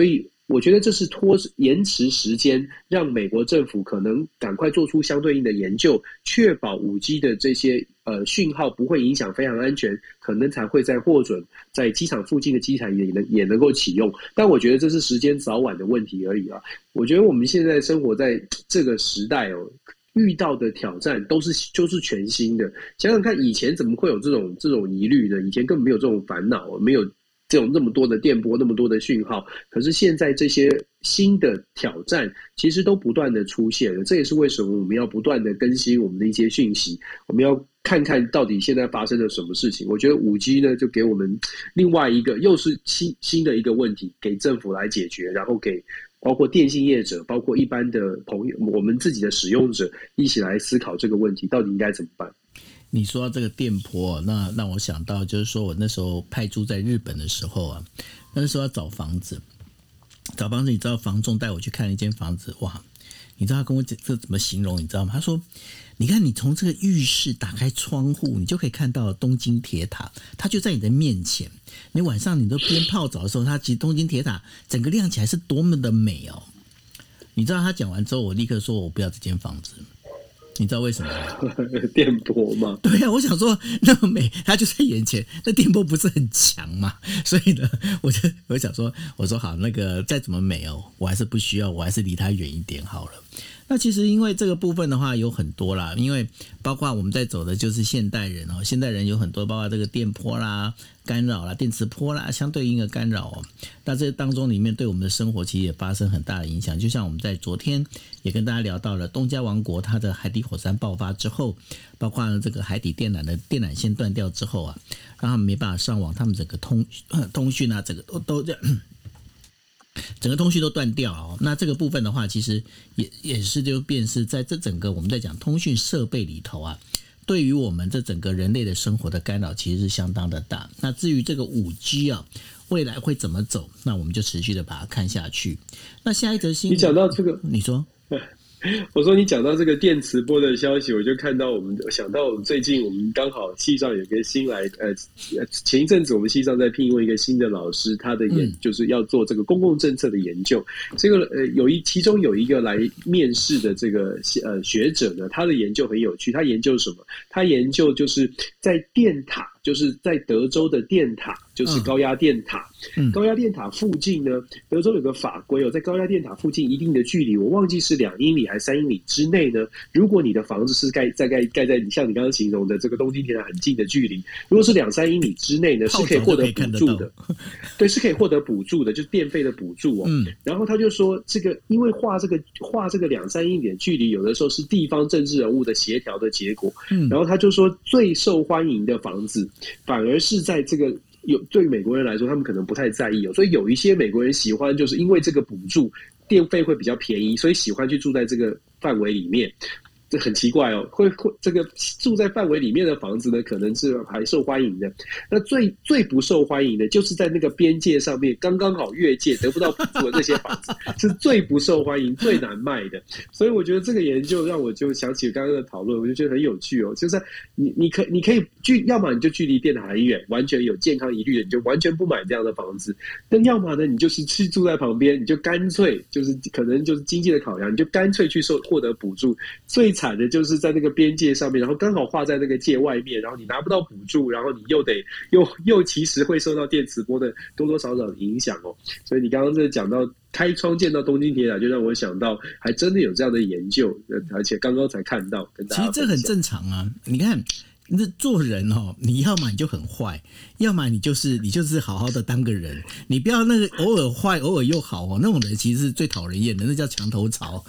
我觉得这是拖延迟时间，让美国政府可能赶快做出相对应的研究，确保 五 G 的这些呃讯号不会影响飞航安全，可能才会在获准在机场附近的机台也能也能够启用。但我觉得这是时间早晚的问题而已啊。我觉得我们现在生活在这个时代哦，遇到的挑战都是就是全新的。想想看，以前怎么会有这种这种疑虑呢？以前根本没有这种烦恼，没有这种那么多的电波，那么多的讯号。可是现在这些新的挑战，其实都不断的出现了。这也是为什么我们要不断的更新我们的一些讯息，我们要看看到底现在发生了什么事情。我觉得 五 G 呢，就给我们另外一个又是新新的一个问题，给政府来解决，然后给包括电信业者，包括一般的朋友，我们自己的使用者一起来思考这个问题到底应该怎么办。 你说到这个电波，那让我想到就是说我那时候派驻在日本的时候啊，那时候要找房子，找房子，你知道房仲带我去看一间房子，哇，你知道他跟我讲这怎么形容？你知道吗？他说：“你看，你从这个浴室打开窗户，你就可以看到东京铁塔，它就在你的面前。你晚上你都边泡澡的时候，它其实东京铁塔整个亮起来是多么的美哦！你知道他讲完之后，我立刻说我不要这间房子。”你知道为什么吗？ 电波吗？ 对啊，我想说那么美，它就在眼前，那电波不是很强嘛？所以呢，我就我想说，我说好，那个再怎么美哦，我还是不需要，我还是离它远一点好了。那其实因为这个部分的话有很多啦，因为包括我们在走的就是现代人哦，现代人有很多包括这个电波啦、干扰啦、电磁波啦，相对应的干扰哦。那这当中里面对我们的生活其实也发生很大的影响，就像我们在昨天也跟大家聊到了东加王国它的海底火山爆发之后，包括这个海底电缆的电缆线断掉之后啊，让他们没办法上网，他们整个通通讯啊，整个都都这样。整个通讯都断掉哦，那这个部分的话，其实也也是就变是在这整个我们在讲通讯设备里头啊，对于我们这整个人类的生活的干扰其实是相当的大。那至于这个 五 G 啊，未来会怎么走，那我们就持续的把它看下去。那下一则新闻， 你讲到这个， 你说。 我说你讲到这个电磁波的消息，我就看到我们想到我们最近我们刚好系上有个新来呃前一阵子我们系上在聘用一个新的老师，他的研、嗯、就是要做这个公共政策的研究。这个呃有一其中有一个来面试的这个呃学者呢，他的研究很有趣。他研究什么？他研究就是在电塔，就是在德州的电塔，就是高压电塔。嗯、高压电塔附近呢，德州有个法规哦，在高压电塔附近一定的距离，我忘记是两英里还是三英里之内呢，如果你的房子是盖在盖盖在像你刚刚形容的这个东京铁塔很近的距离，如果是两三英里之内呢，是可以获得补助的。对，是可以获得补助的，就是电费的补助哦。嗯、然后他就说，这个因为画这个画这个两三英里的距离，有的时候是地方政治人物的协调的结果。嗯、然后他就说，最受欢迎的房子反而是在这个。有对于美国人来说，他们可能不太在意哦，所以有一些美国人喜欢，就是因为这个补助，电费会比较便宜，所以喜欢去住在这个范围里面。这很奇怪哦，会会这个住在范围里面的房子呢，可能是还受欢迎的。那最最不受欢迎的，就是在那个边界上面刚刚好越界得不到补助的那些房子，是最不受欢迎、最难卖的。所以我觉得这个研究让我就想起刚刚的讨论，我就觉得很有趣哦。就是你你可你可以距，要么你就距离电塔很远，完全有健康疑虑的，你就完全不买这样的房子；但要么呢，你就是去住在旁边，你就干脆就是可能就是经济的考量，你就干脆去受获得补助。最惨的就是在那个边界上面，然后刚好画在那个界外面，然后你拿不到补助，然后你又得又又其实会受到电磁波的多多少少的影响哦。所以你刚刚这讲到开窗见到东京铁塔，就让我想到还真的有这样的研究，而且刚刚才看到，跟大家分享。 其实这很正常啊，你看。那做人哦，你要么你就很坏，要么你就是你就是好好的当个人，你不要那个偶尔坏偶尔又好哦，那种人其实是最讨人厌的，那叫墙头草。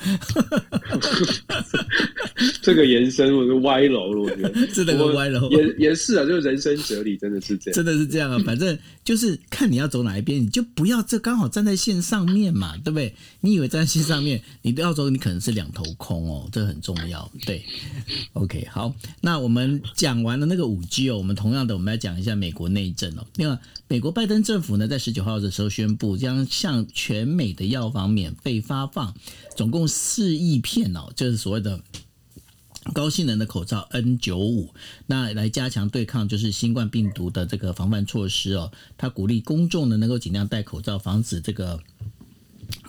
这个延伸我是歪楼了，我觉得真的歪楼， 也也是啊，就是人生哲理真的是这样， 真的是这样啊。反正就是看你要走哪一边，你就不要这刚好站在线上面嘛，对不对？你以为站在线上面，你到时候你可能是两头空哦，这很重要。对 ，OK， 好，那我们讲。讲完了那个 五 G 哦，我们同样的我们来讲一下美国内政哦。那美国拜登政府呢，在十九号的时候宣布，将向全美的药房免费发放总共四亿片哦，就是所谓的高性能的口罩 N 九十五， 那来加强对抗就是新冠病毒的这个防范措施哦。他鼓励公众呢能够尽量戴口罩，防止这个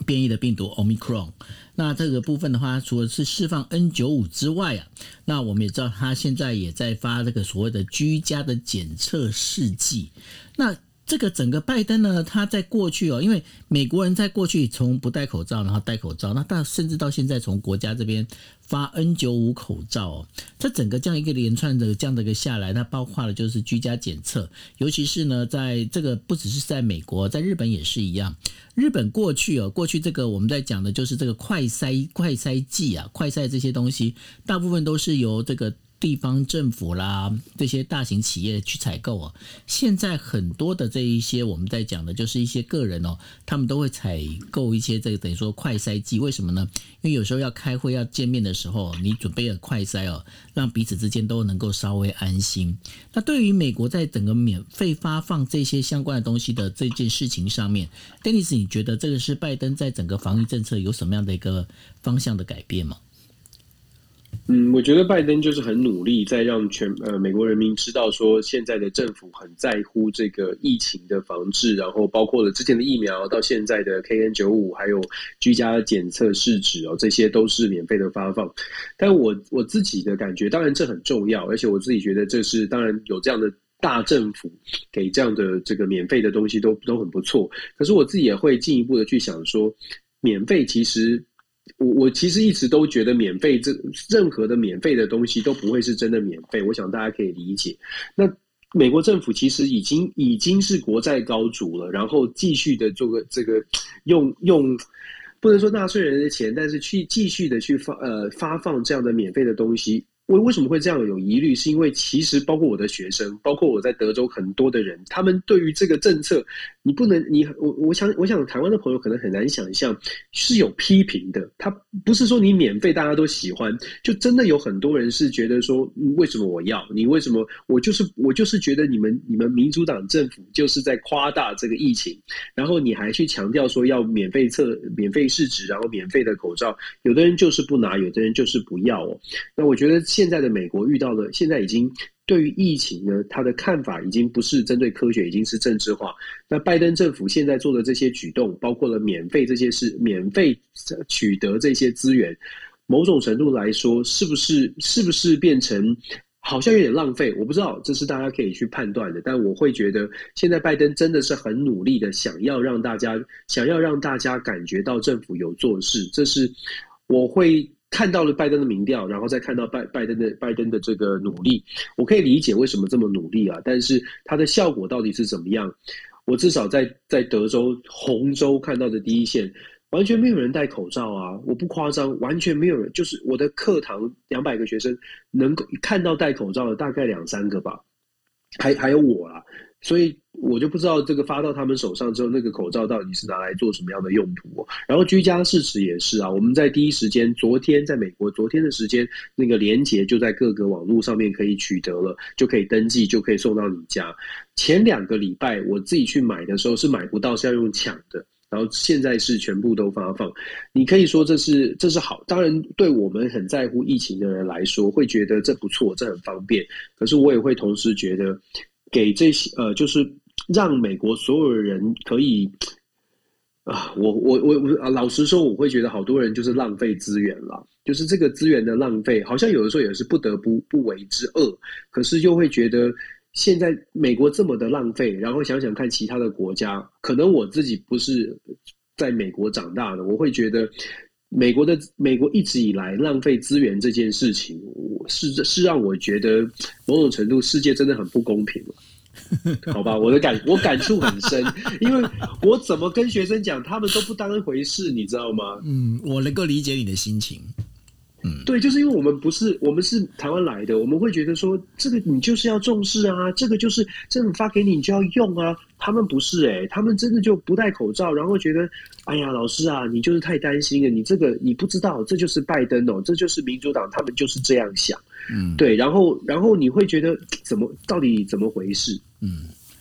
变异的病毒 Omicron。那这个部分的话，除了是释放 N 九十五 之外啊，那我们也知道他现在也在发这个所谓的居家的检测试剂。那这个整个拜登呢，他在过去哦，因为美国人在过去从不戴口罩，然后戴口罩，那到甚至到现在从国家这边发 N 九十五 口罩哦，这整个这样一个连串的这样的一个下来，那包括了就是居家检测，尤其是呢，在这个不只是在美国，在日本也是一样。日本过去哦，过去这个我们在讲的就是这个快筛快筛剂啊，快筛这些东西，大部分都是由这个地方政府啦，这些大型企业去采购哦。现在很多的这一些我们在讲的，就是一些个人哦，他们都会采购一些这个等于说快筛剂。为什么呢？因为有时候要开会要见面的时候，你准备了快筛哦，让彼此之间都能够稍微安心。那对于美国在整个免费发放这些相关的东西的这件事情上面 ，Dennis， 你觉得这个是拜登在整个防疫政策有什么样的一个方向的改变吗？ 嗯，我觉得拜登就是很努力，在让全呃美国人民知道说，现在的政府很在乎这个疫情的防治，然后包括了之前的疫苗到现在的 K N 九十五，还有居家检测试纸哦，这些都是免费的发放。但我我自己的感觉，当然这很重要，而且我自己觉得这是当然有这样的大政府给这样的这个免费的东西都都很不错。可是我自己也会进一步的去想说，免费其实。我我其实一直都觉得免费，这任何的免费的东西都不会是真的免费，我想大家可以理解。那美国政府其实已经已经是国债高筑了，然后继续的做个这个用用不能说纳税人的钱，但是去继续的去发呃发放这样的免费的东西。我为什么会这样有疑虑？是因为其实包括我的学生，包括我在德州很多的人，他们对于这个政策，你不能你我我想我想台湾的朋友可能很难想象是有批评的。他不是说你免费大家都喜欢，就真的有很多人是觉得说，为什么我要你？为什么我就是我就是觉得你们你们民主党政府就是在夸大这个疫情，然后你还去强调说要免费测免费试纸，然后免费的口罩，有的人就是不拿，有的人就是不要哦。那我觉得现在的美国遇到了，现在已经对于疫情呢，他的看法已经不是针对科学，已经是政治化。那拜登政府现在做的这些举动，包括了免费这些事，免费取得这些资源，某种程度来说，是不是是不是变成好像有点浪费？我不知道，这是大家可以去判断的。但我会觉得，现在拜登真的是很努力的，想要让大家想要让大家感觉到政府有做事，这是我会。看到了拜登的民调，然后再看到拜拜登的拜登的这个努力，我可以理解为什么这么努力啊。但是它的效果到底是怎么样？我至少在在德州红州看到的第一线，完全没有人戴口罩啊！我不夸张，完全没有人。就是我的课堂两百个学生，能够看到戴口罩的大概两三个吧，还还有我啦。所以我就不知道这个发到他们手上之后，那个口罩到底是拿来做什么样的用途哦。然后居家试纸也是啊，我们在第一时间，昨天在美国，昨天的时间，那个连结就在各个网络上面可以取得了，就可以登记，就可以送到你家。前两个礼拜我自己去买的时候是买不到，是要用抢的。然后现在是全部都发放，你可以说这是这是好，当然对我们很在乎疫情的人来说，会觉得这不错，这很方便。可是我也会同时觉得，给这些呃，就是让美国所有人可以啊，我我我我老实说，我会觉得好多人就是浪费资源了，就是这个资源的浪费，好像有的时候也是不得不不为之恶，可是又会觉得。现在美国这么的浪费，然后想想看其他的国家，可能我自己不是在美国长大的，我会觉得美国的美国一直以来浪费资源这件事情，是是让我觉得某种程度世界真的很不公平了。好吧，我的感我感触很深，因为我怎么跟学生讲，他们都不当一回事，你知道吗？ 嗯，我能够理解你的心情。 嗯，对，就是因为我们不是我们是台湾来的，我们会觉得说这个你就是要重视啊，这个就是政府发给你你就要用啊。他们不是哎、欸，他们真的就不戴口罩，然后觉得哎呀，老师啊，你就是太担心了，你这个你不知道，这就是拜登哦，这就是民主党，他们就是这样想。嗯，对，然后然后你会觉得怎么到底怎么回事？ 嗯。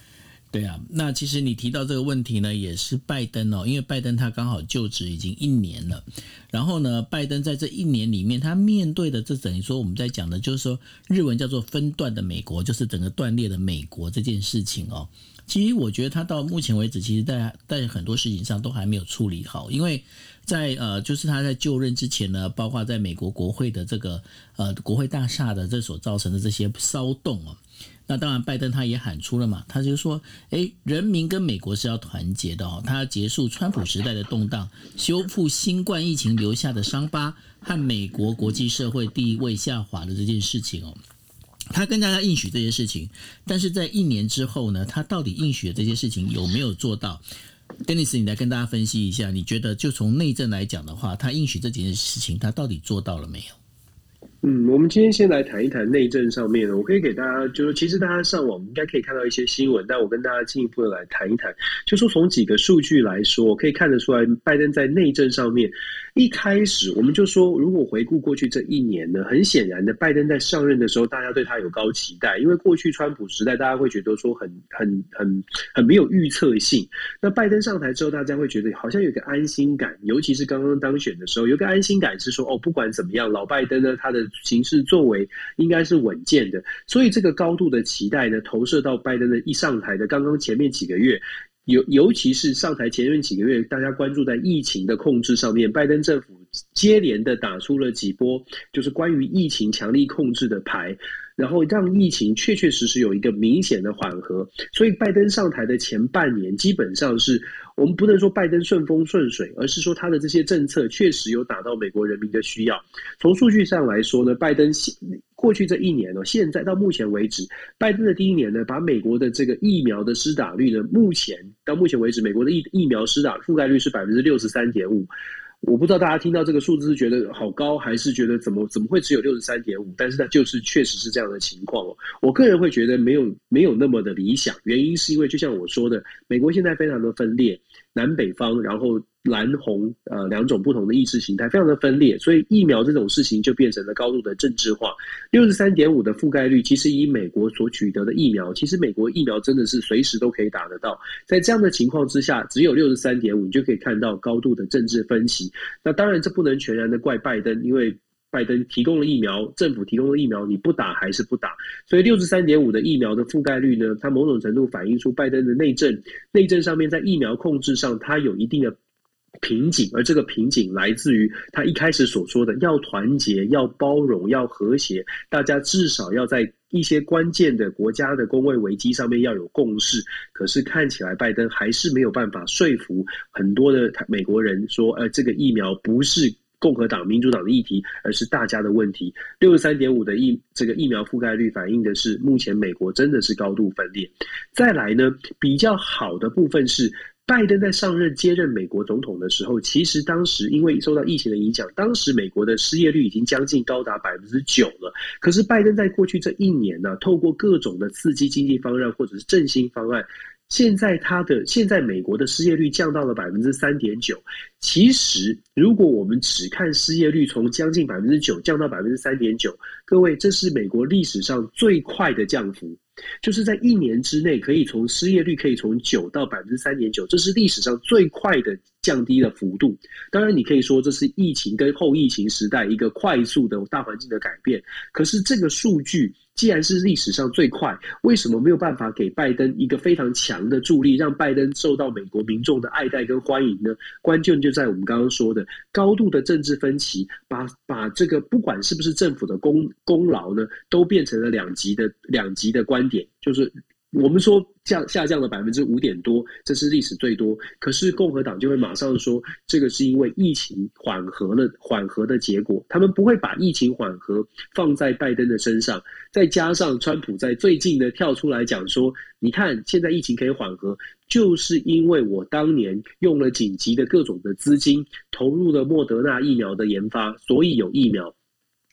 对啊，那其实你提到这个问题呢，也是拜登哦，因为拜登他刚好就职已经一年了，然后呢，拜登在这一年里面，他面对的这等于说我们在讲的就是说日文叫做分段的美国，就是整个断裂的美国这件事情哦。其实我觉得他到目前为止，其实在在很多事情上都还没有处理好，因为在呃，就是他在就任之前呢，包括在美国国会的这个呃国会大厦的这所造成的这些骚动哦。那当然，拜登他也喊出了嘛，他就说：“哎，人民跟美国是要团结的哦，他要结束川普时代的动荡，修复新冠疫情留下的伤疤和美国国际社会地位下滑的这件事情哦。”他跟大家应许这些事情，但是在一年之后呢，他到底应许的这些事情有没有做到 ？Dennis， 你来跟大家分析一下，你觉得就从内政来讲的话，他应许这件事情，他到底做到了没有？ 嗯，我们今天先来谈一谈内政上面的。我可以给大家，就是其实大家上网应该可以看到一些新闻，但我跟大家进一步的来谈一谈。就说从几个数据来说，可以看得出来，拜登在内政上面，一开始我们就说，如果回顾过去这一年呢，很显然的，拜登在上任的时候，大家对他有高期待，因为过去川普时代，大家会觉得说很很很很没有预测性。那拜登上台之后，大家会觉得好像有一个安心感，尤其是刚刚当选的时候，有一个安心感是说，哦，不管怎么样，老拜登呢，他的行事作为应该是稳健的，所以这个高度的期待呢，投射到拜登的一上台的刚刚前面几个月，尤尤其是上台前面几个月，大家关注在疫情的控制上面，拜登政府接连的打出了几波就是关于疫情强力控制的牌，然后让疫情确确实实有一个明显的缓和。所以拜登上台的前半年，基本上是我们不能说拜登顺风顺水，而是说他的这些政策确实有打到美国人民的需要。从数据上来说呢，拜登过去这一年呢，现在到目前为止，拜登的第一年呢，把美国的这个疫苗的施打率呢，目前到目前为止，美国的疫疫苗施打覆盖率是百分之六十三点五。我不知道大家听到这个数字是觉得好高，还是觉得怎么怎么会只有 六十三点五？ 但是它就是确实是这样的情况哦。我个人会觉得没有没有那么的理想，原因是因为就像我说的，美国现在非常的分裂，南北方，然后蓝红呃两种不同的意识形态非常的分裂，所以疫苗这种事情就变成了高度的政治化。六十三点五 的覆盖率，其实以美国所取得的疫苗，其实美国疫苗真的是随时都可以打得到。在这样的情况之下，只有 六十三点五， 你就可以看到高度的政治分歧。那当然这不能全然的怪拜登，因为拜登提供了疫苗，政府提供了疫苗，你不打还是不打。所以 六十三点五 的疫苗的覆盖率呢，它某种程度反映出拜登的内政内政上面在疫苗控制上，它有一定的瓶颈，而这个瓶颈来自于他一开始所说的要团结、要包容、要和谐，大家至少要在一些关键的国家的公卫危机上面要有共识。可是看起来拜登还是没有办法说服很多的美国人说，呃，这个疫苗不是共和党、民主党的议题，而是大家的问题。 六十三点五 的疫这个疫苗覆盖率反映的是目前美国真的是高度分裂。再来呢，比较好的部分是拜登在上任接任美国总统的时候，其实当时因为受到疫情的影响，当时美国的失业率已经将近高达 百分之九 了。可是拜登在过去这一年呢、啊，透过各种的刺激经济方案或者是振兴方案，现在他的现在美国的失业率降到了 百分之三点九。其实如果我们只看失业率从将近 百分之九 降到 百分之三点九， 各位，这是美国历史上最快的降幅。就是在一年之内可以从失业率可以从九到 百分之三点九， 这是历史上最快的降低的幅度。当然你可以说这是疫情跟后疫情时代一个快速的大环境的改变，可是这个数据既然是历史上最快，为什么没有办法给拜登一个非常强的助力，让拜登受到美国民众的爱戴跟欢迎呢？关键就在我们刚刚说的高度的政治分歧，把把这个不管是不是政府的功功劳呢，都变成了两极的两极的观点，就是我们说降下降了百分之五点多，这是历史最多。可是共和党就会马上说，这个是因为疫情缓和了，缓和的结果。他们不会把疫情缓和放在拜登的身上。再加上川普在最近呢跳出来讲说，你看现在疫情可以缓和，就是因为我当年用了紧急的各种的资金，投入了莫德纳疫苗的研发，所以有疫苗。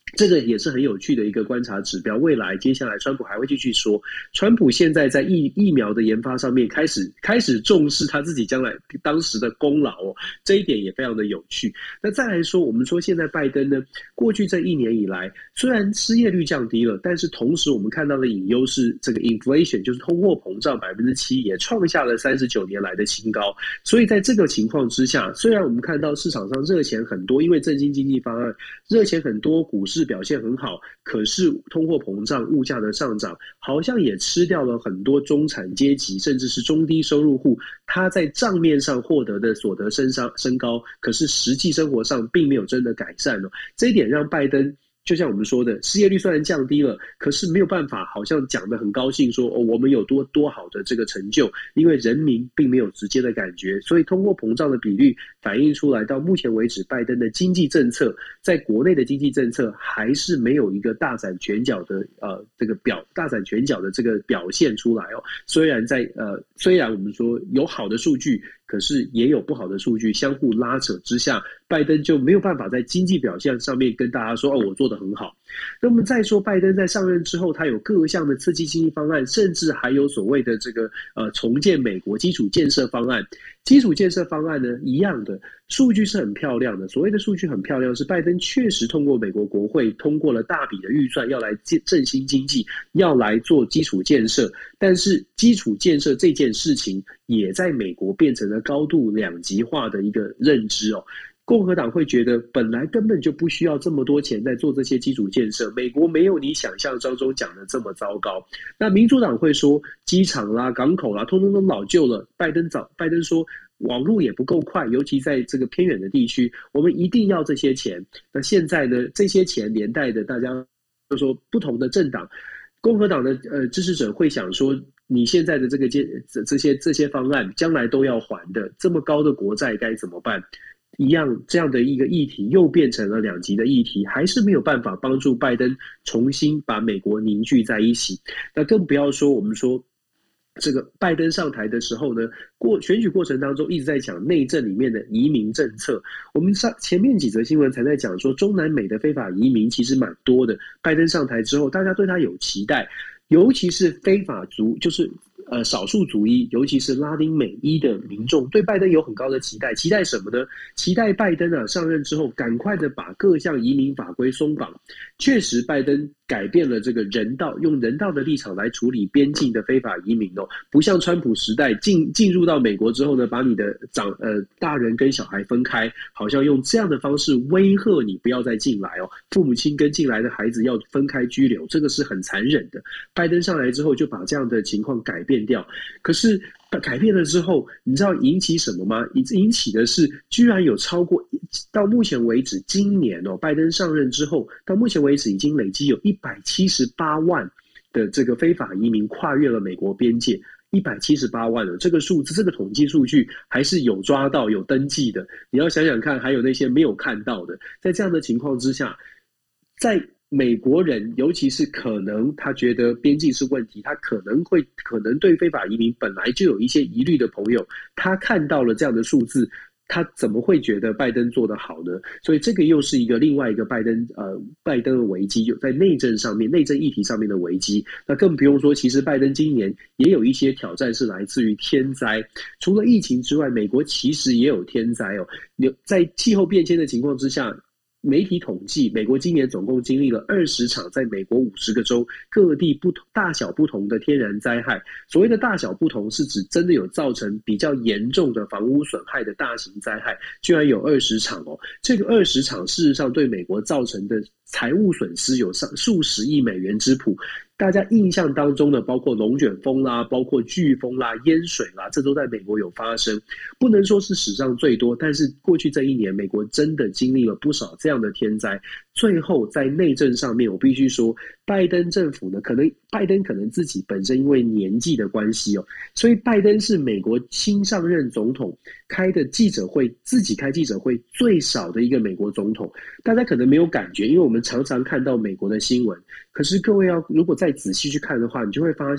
这个也是很有趣的一个观察指标。未来接下来，川普还会继续说，川普现在在疫疫苗的研发上面开始开始重视他自己将来当时的功劳哦，这一点也非常的有趣。那再来说，我们说现在拜登呢，过去这一年以来，虽然失业率降低了，但是同时我们看到的隐忧是这个 inflation， 就是通货膨胀百分之七，也创下了三十九年来的新高。所以在这个情况之下，虽然我们看到市场上热钱很多，因为振兴经济方案热钱很多，股市表现很好，可是通货膨胀、物价的上涨，好像也吃掉了很多中产阶级，甚至是中低收入户，他在账面上获得的所得升上升高，可是实际生活上并没有真的改善哦。这一点让拜登，就像我们说的，失业率虽然降低了，可是没有办法，好像讲得很高兴说，哦，我们有多多好的这个成就，因为人民并没有直接的感觉，所以通货膨胀的比率反映出来，到目前为止，拜登的经济政策，在国内的经济政策还是没有一个大展拳脚的呃这个表大展拳脚的这个表现出来哦。虽然在呃虽然我们说有好的数据，可是也有不好的数据，相互拉扯之下，拜登就没有办法在经济表现上面跟大家说，哦，我做得很好。那么再说，拜登在上任之后，他有各项的刺激经济方案，甚至还有所谓的这个呃重建美国基础建设方案。基础建设方案呢，一样的数据是很漂亮的。所谓的数据很漂亮，是拜登确实通过美国国会通过了大笔的预算，要来振兴经济，要来做基础建设。但是基础建设这件事情，也在美国变成了高度两极化的一个认知哦。共和党会觉得本来根本就不需要这么多钱在做这些基础建设，美国没有你想象当中讲的这么糟糕。那民主党会说机场啦、港口啦，通通都老旧了。拜登早，拜登说网络也不够快，尤其在这个偏远的地区，我们一定要这些钱。那现在呢，这些钱连带的，大家就说不同的政党，共和党的呃支持者会想说，你现在的这个这这些这些方案将来都要还的，这么高的国债该怎么办？一样这样的一个议题又变成了两极的议题，还是没有办法帮助拜登重新把美国凝聚在一起。那更不要说我们说这个拜登上台的时候呢，过选举过程当中一直在讲内政里面的移民政策。我们上前面几则新闻才在讲说，中南美的非法移民其实蛮多的。拜登上台之后，大家对他有期待，尤其是非法族，就是呃少数族裔，尤其是拉丁美裔的民众，对拜登有很高的期待。期待什么呢？期待拜登啊上任之后，赶快的把各项移民法规松绑。确实，拜登改变了这个人道，用人道的立场来处理边境的非法移民哦，不像川普时代进进入到美国之后呢，把你的长呃大人跟小孩分开，好像用这样的方式威吓你不要再进来哦，父母亲跟进来的孩子要分开拘留，这个是很残忍的。拜登上来之后就把这样的情况改变掉，可是改变了之后，你知道引起什么吗？引起的是，居然有超过到目前为止，今年哦，拜登上任之后，到目前为止已经累积有一百七十八万的这个非法移民跨越了美国边界。一百七十八万了，这个数字，这个统计数据还是有抓到、有登记的。你要想想看，还有那些没有看到的。在这样的情况之下，在美国人，尤其是可能他觉得边境是问题，他可能会可能对非法移民本来就有一些疑虑的朋友，他看到了这样的数字，他怎么会觉得拜登做得好呢？所以这个又是一个另外一个拜登呃拜登的危机，有在内政上面、内政议题上面的危机。那更不用说，其实拜登今年也有一些挑战是来自于天灾。除了疫情之外，美国其实也有天灾哦。在气候变迁的情况之下，媒体统计，美国今年总共经历了二十场在美国五十个州各地不同大小不同的天然灾害。所谓的大小不同，是指真的有造成比较严重的房屋损害的大型灾害，居然有二十场哦。这个二十场事实上对美国造成的财务损失有上数十亿美元之谱。大家印象当中呢，包括龙卷风啦，包括飓风啦、淹水啦，这都在美国有发生。不能说是史上最多，但是过去这一年，美国真的经历了不少这样的天灾。最后在内政上面，我必须说，拜登政府呢，可能拜登可能自己本身因为年纪的关系哦，所以拜登是美国新上任总统开的记者会，自己开记者会最少的一个美国总统。大家可能没有感觉，因为我们常常看到美国的新闻，可是各位要如果再仔细去看的话，你就会发现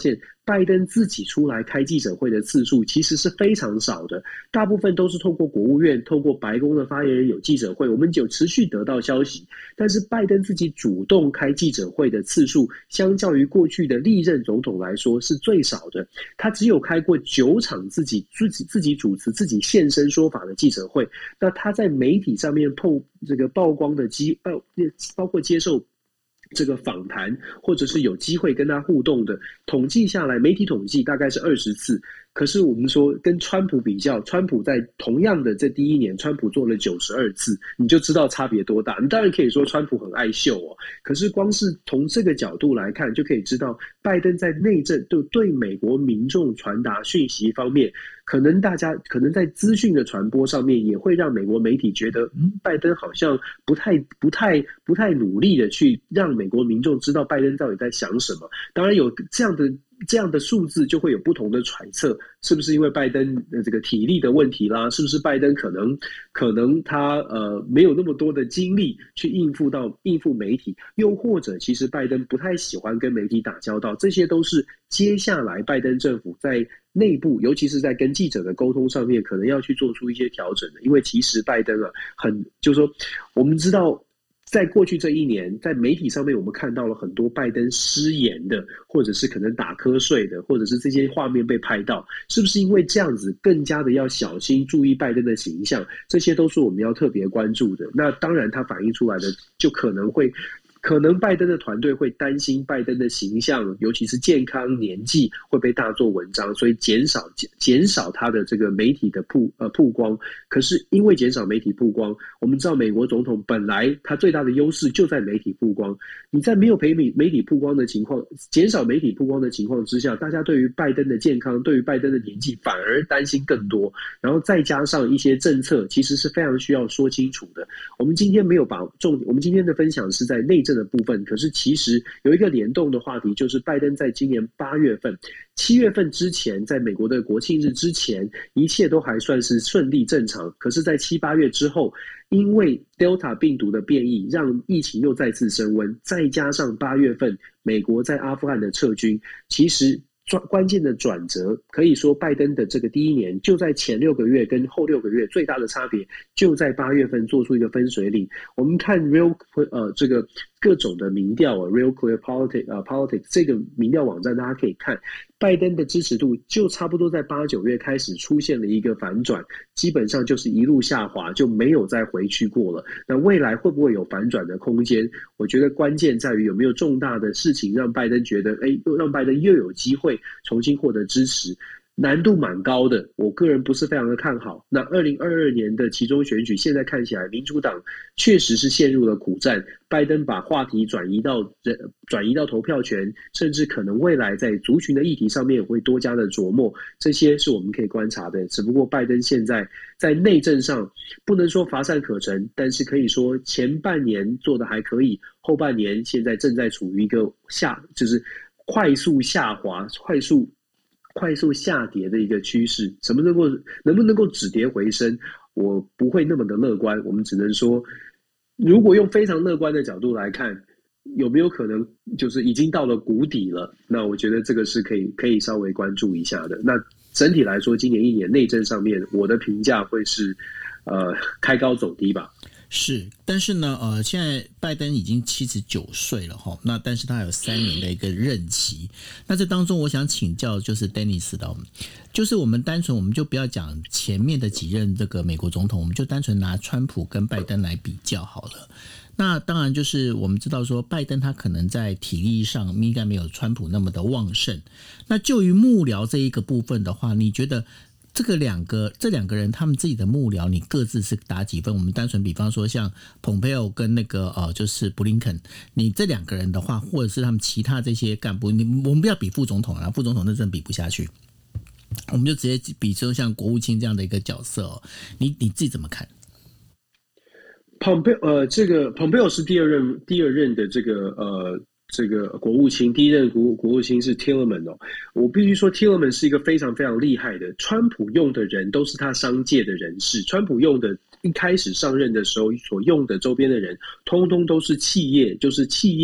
拜登自己出来开记者会的次数其实是非常少的，大部分都是透过国务院、透过白宫的发言人有记者会，我们就持续得到消息。但是拜登自己主动开记者会的次数，相较于过去的历任总统来说是最少的。他只有开过九场自己自己自己主持、自己现身说法的记者会。那他在媒体上面曝这个曝光的机呃，包括接受这个访谈，或者是有机会跟他互动的，统计下来，媒体统计大概是二十次。可是我们说跟川普比较，川普在同样的这第一年，川普做了九十二次，你就知道差别多大。你当然可以说川普很爱秀哦，可是光是从这个角度来看，就可以知道拜登在内政对对美国民众传达讯息方面，可能大家可能在资讯的传播上面，也会让美国媒体觉得，嗯，拜登好像不太不太不太努力的去让美国民众知道拜登到底在想什么。当然有这样的。这样的数字就会有不同的揣测，是不是因为拜登的这个体力的问题啦？是不是拜登可能可能他呃没有那么多的精力去应付到应付媒体，又或者其实拜登不太喜欢跟媒体打交道，这些都是接下来拜登政府在内部，尤其是在跟记者的沟通上面，可能要去做出一些调整的。因为其实拜登啊，很就是说，我们知道。在过去这一年，在媒体上面，我们看到了很多拜登失言的，或者是可能打瞌睡的，或者是这些画面被拍到，是不是因为这样子更加的要小心注意拜登的形象？这些都是我们要特别关注的。那当然，它反映出来的就可能会。可能拜登的团队会担心拜登的形象，尤其是健康、年纪会被大做文章，所以减少减少他的这个媒体的曝呃曝光。可是因为减少媒体曝光，我们知道美国总统本来他最大的优势就在媒体曝光。你在没有媒体媒体曝光的情况，减少媒体曝光的情况之下，大家对于拜登的健康、对于拜登的年纪反而担心更多。然后再加上一些政策，其实是非常需要说清楚的。我们今天没有把重点，我们今天的分享是在内政的部分，可是其实有一个联动的话题，就是拜登在今年八月份、七月份之前，在美国的国庆日之前，一切都还算是顺利正常。可是，在七八月之后，因为 Delta 病毒的变异，让疫情又再次升温，再加上八月份美国在阿富汗的撤军，其实关键的转折，可以说拜登的这个第一年，就在前六个月跟后六个月最大的差别，就在八月份做出一个分水岭。我们看 Real 呃这个各种的民调啊 ，Real Clear Politics 啊 Politics 这个民调网站，大家可以看拜登的支持度就差不多在八九月开始出现了一个反转，基本上就是一路下滑，就没有再回去过了。那未来会不会有反转的空间？我觉得关键在于有没有重大的事情让拜登觉得，哎，让拜登又有机会重新获得支持。难度蛮高的，我个人不是非常的看好。那二零二二年的期中选举，现在看起来民主党确实是陷入了苦战，拜登把话题转移到转移到投票权，甚至可能未来在族群的议题上面会多加的琢磨，这些是我们可以观察的。只不过拜登现在在内政上不能说乏善可陈，但是可以说前半年做的还可以，后半年现在正在处于一个下就是快速下滑、快速。快速下跌的一个趋势，什么能够能不能够止跌回升，我不会那么的乐观。我们只能说，如果用非常乐观的角度来看，有没有可能就是已经到了谷底了？那我觉得这个是可以可以稍微关注一下的。那整体来说，今年一年内政上面，我的评价会是呃开高走低吧。 是，但是呢，呃，现在拜登已经七十九岁了哈，那但是他有三年的一个任期。那这当中，我想请教就是 Dennis 的，就是我们单纯我们就不要讲前面的几任这个美国总统，我们就单纯拿川普跟拜登来比较好了。那当然就是我们知道说，拜登他可能在体力上应该没有川普那么的旺盛。那就于幕僚这一个部分的话，你觉得？这个两个这两个人他们自己的幕僚，你各自是打几分？我们单纯比方说像蓬佩奥跟那个呃就是布林肯，你这两个人的话，或者是他们其他这些干部，你我们不要比副总统啊，副总统那真比不下去，我们就直接比说像国务卿这样的一个角色哦，你你自己怎么看？ 蓬佩呃，这个蓬佩奥是第二任第二任的这个呃。这个国务卿，第一任国国务卿是 Tillerman 哦，我必须说 Tillerman 是一个非常非常厉害的。川普用的人都是他商界的人士，川普用的一开始上任的时候所用的周边的人，通通都是企业，就是企业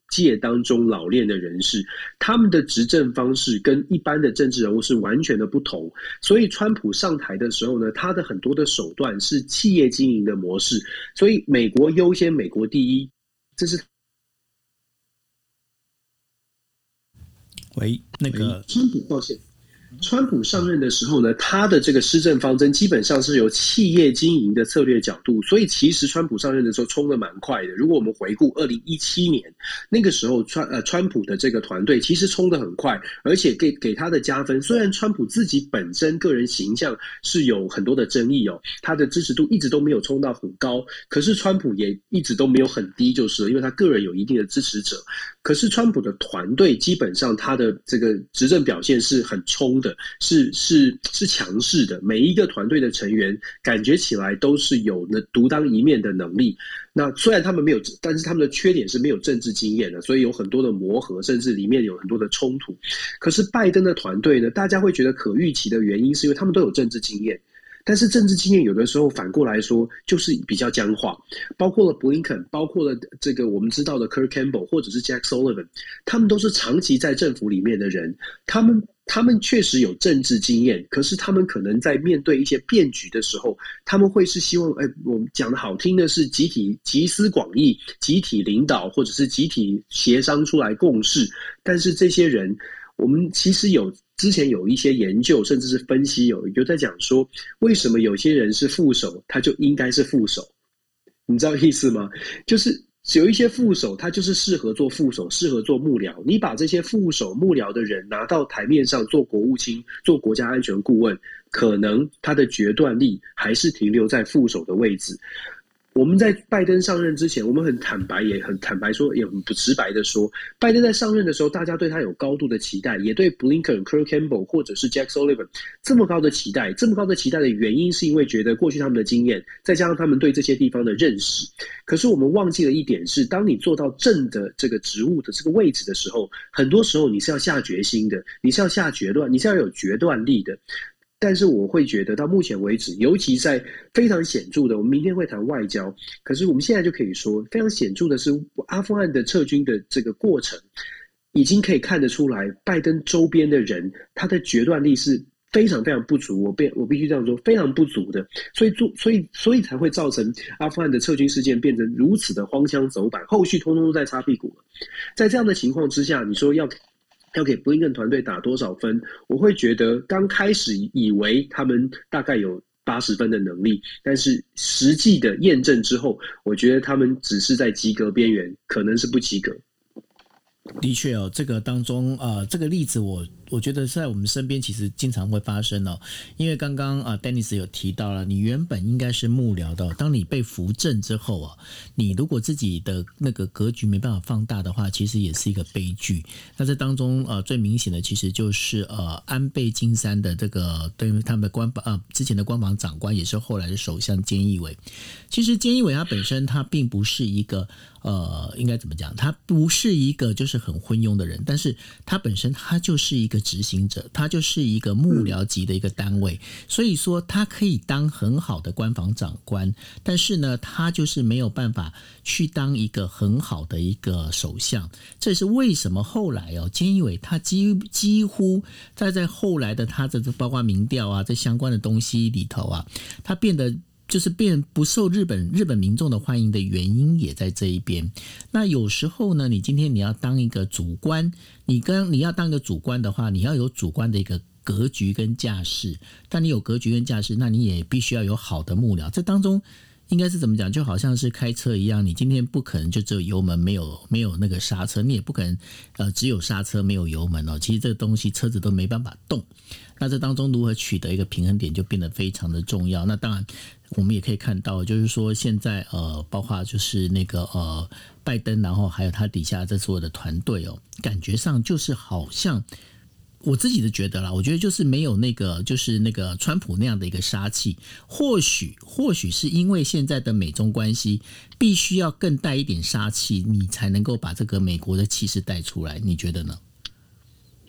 界当中老练的人士，他们的执政方式跟一般的政治人物是完全的不同。所以川普上台的时候呢，他的很多的手段是企业经营的模式，所以美国优先，美国第一，这是。 喂，那个川普，抱歉。川普上任的时候呢，他的这个施政方针基本上是由企业经营的策略角度，所以其实川普上任的时候冲得蛮快的。如果我们回顾二零一七年那个时候川，呃川普的这个团队其实冲得很快，而且给给他的加分。虽然川普自己本身个人形象是有很多的争议哦，他的支持度一直都没有冲到很高，可是川普也一直都没有很低，就是了，因为他个人有一定的支持者。可是川普的团队基本上他的这个执政表现是很冲的，是是是强势的，每一个团队的成员感觉起来都是有独当一面的能力。那虽然他们没有，但是他们的缺点是没有政治经验的，所以有很多的磨合，甚至里面有很多的冲突。可是拜登的团队呢，大家会觉得可预期的原因是因为他们都有政治经验。但是政治经验有的时候反过来说就是比较僵化，包括了布林肯，包括了这个我们知道的 Kurt Campbell 或者是 Jack Sullivan， 他们都是长期在政府里面的人，他们他们确实有政治经验，可是他们可能在面对一些变局的时候，他们会是希望，哎，我们讲的好听的是集体集思广益、集体领导，或者是集体协商出来共识，但是这些人，我们其实有。之前有一些研究，甚至是分析，有有在讲说，为什么有些人是副手，他就应该是副手，你知道意思吗？就是有一些副手，他就是适合做副手，适合做幕僚。你把这些副手、幕僚的人拿到台面上做国务卿、做国家安全顾问，可能他的决断力还是停留在副手的位置。我们在拜登上任之前，我们很坦白，也很坦白说，也很不直白的说，拜登在上任的时候，大家对他有高度的期待，也对 Blinken、Kurt Campbell 或者是 Jack Sullivan 这么高的期待。这么高的期待的原因，是因为觉得过去他们的经验，再加上他们对这些地方的认识。可是我们忘记了一点是，当你做到正的这个职务的这个位置的时候，很多时候你是要下决心的，你是要下决断，你是要有决断力的。但是我会觉得到目前为止，尤其在非常显著的，我们明天会谈外交，可是我们现在就可以说，非常显著的是阿富汗的撤军的这个过程，已经可以看得出来，拜登周边的人他的决断力是非常非常不足，我必我必须这样说，非常不足的，所以做所以所以才会造成阿富汗的撤军事件变成如此的荒腔走板，后续通通都在擦屁股了。在这样的情况之下，你说要。要给布林肯团队打多少分？我会觉得刚开始以为他们大概有八十分的能力，但是实际的验证之后，我觉得他们只是在及格边缘，可能是不及格。 的确哦，这个当中呃，这个例子我我觉得在我们身边其实经常会发生哦。因为刚刚啊 Dennis 有提到了，你原本应该是幕僚的、哦，当你被扶正之后啊，你如果自己的那个格局没办法放大的话，其实也是一个悲剧。那这当中呃最明显的其实就是呃安倍晋三的这个对于他们的官呃之前的官房长官，也是后来的首相菅义伟。其实菅义伟他本身他并不是一个呃应该怎么讲，他不是一个就是很昏庸的人，但是他本身他就是一个执行者，他就是一个幕僚级的一个单位，所以说他可以当很好的官房长官，但是呢他就是没有办法去当一个很好的一个首相。这是为什么后来哦，菅义伟他几几乎在在后来的他的包括民调啊这相关的东西里头啊，他变得就是变不受日本日本民众的欢迎的原因也在这一边。那有时候呢，你今天你要当一个主官，你跟你要当一个主官的话，你要有主官的一个格局跟架势。但你有格局跟架势，那你也必须要有好的幕僚。这当中应该是怎么讲？就好像是开车一样，你今天不可能就只有油门没有没有那个刹车，你也不可能呃只有刹车没有油门哦。其实这个东西车子都没办法动。那这当中如何取得一个平衡点就变得非常的重要。那当然我们也可以看到，就是说现在呃包括就是那个呃拜登，然后还有他底下这所有的团队哦，感觉上就是好像我自己的觉得啦，我觉得就是没有那个就是那个川普那样的一个杀气。或许或许是因为现在的美中关系必须要更带一点杀气，你才能够把这个美国的气势带出来，你觉得呢？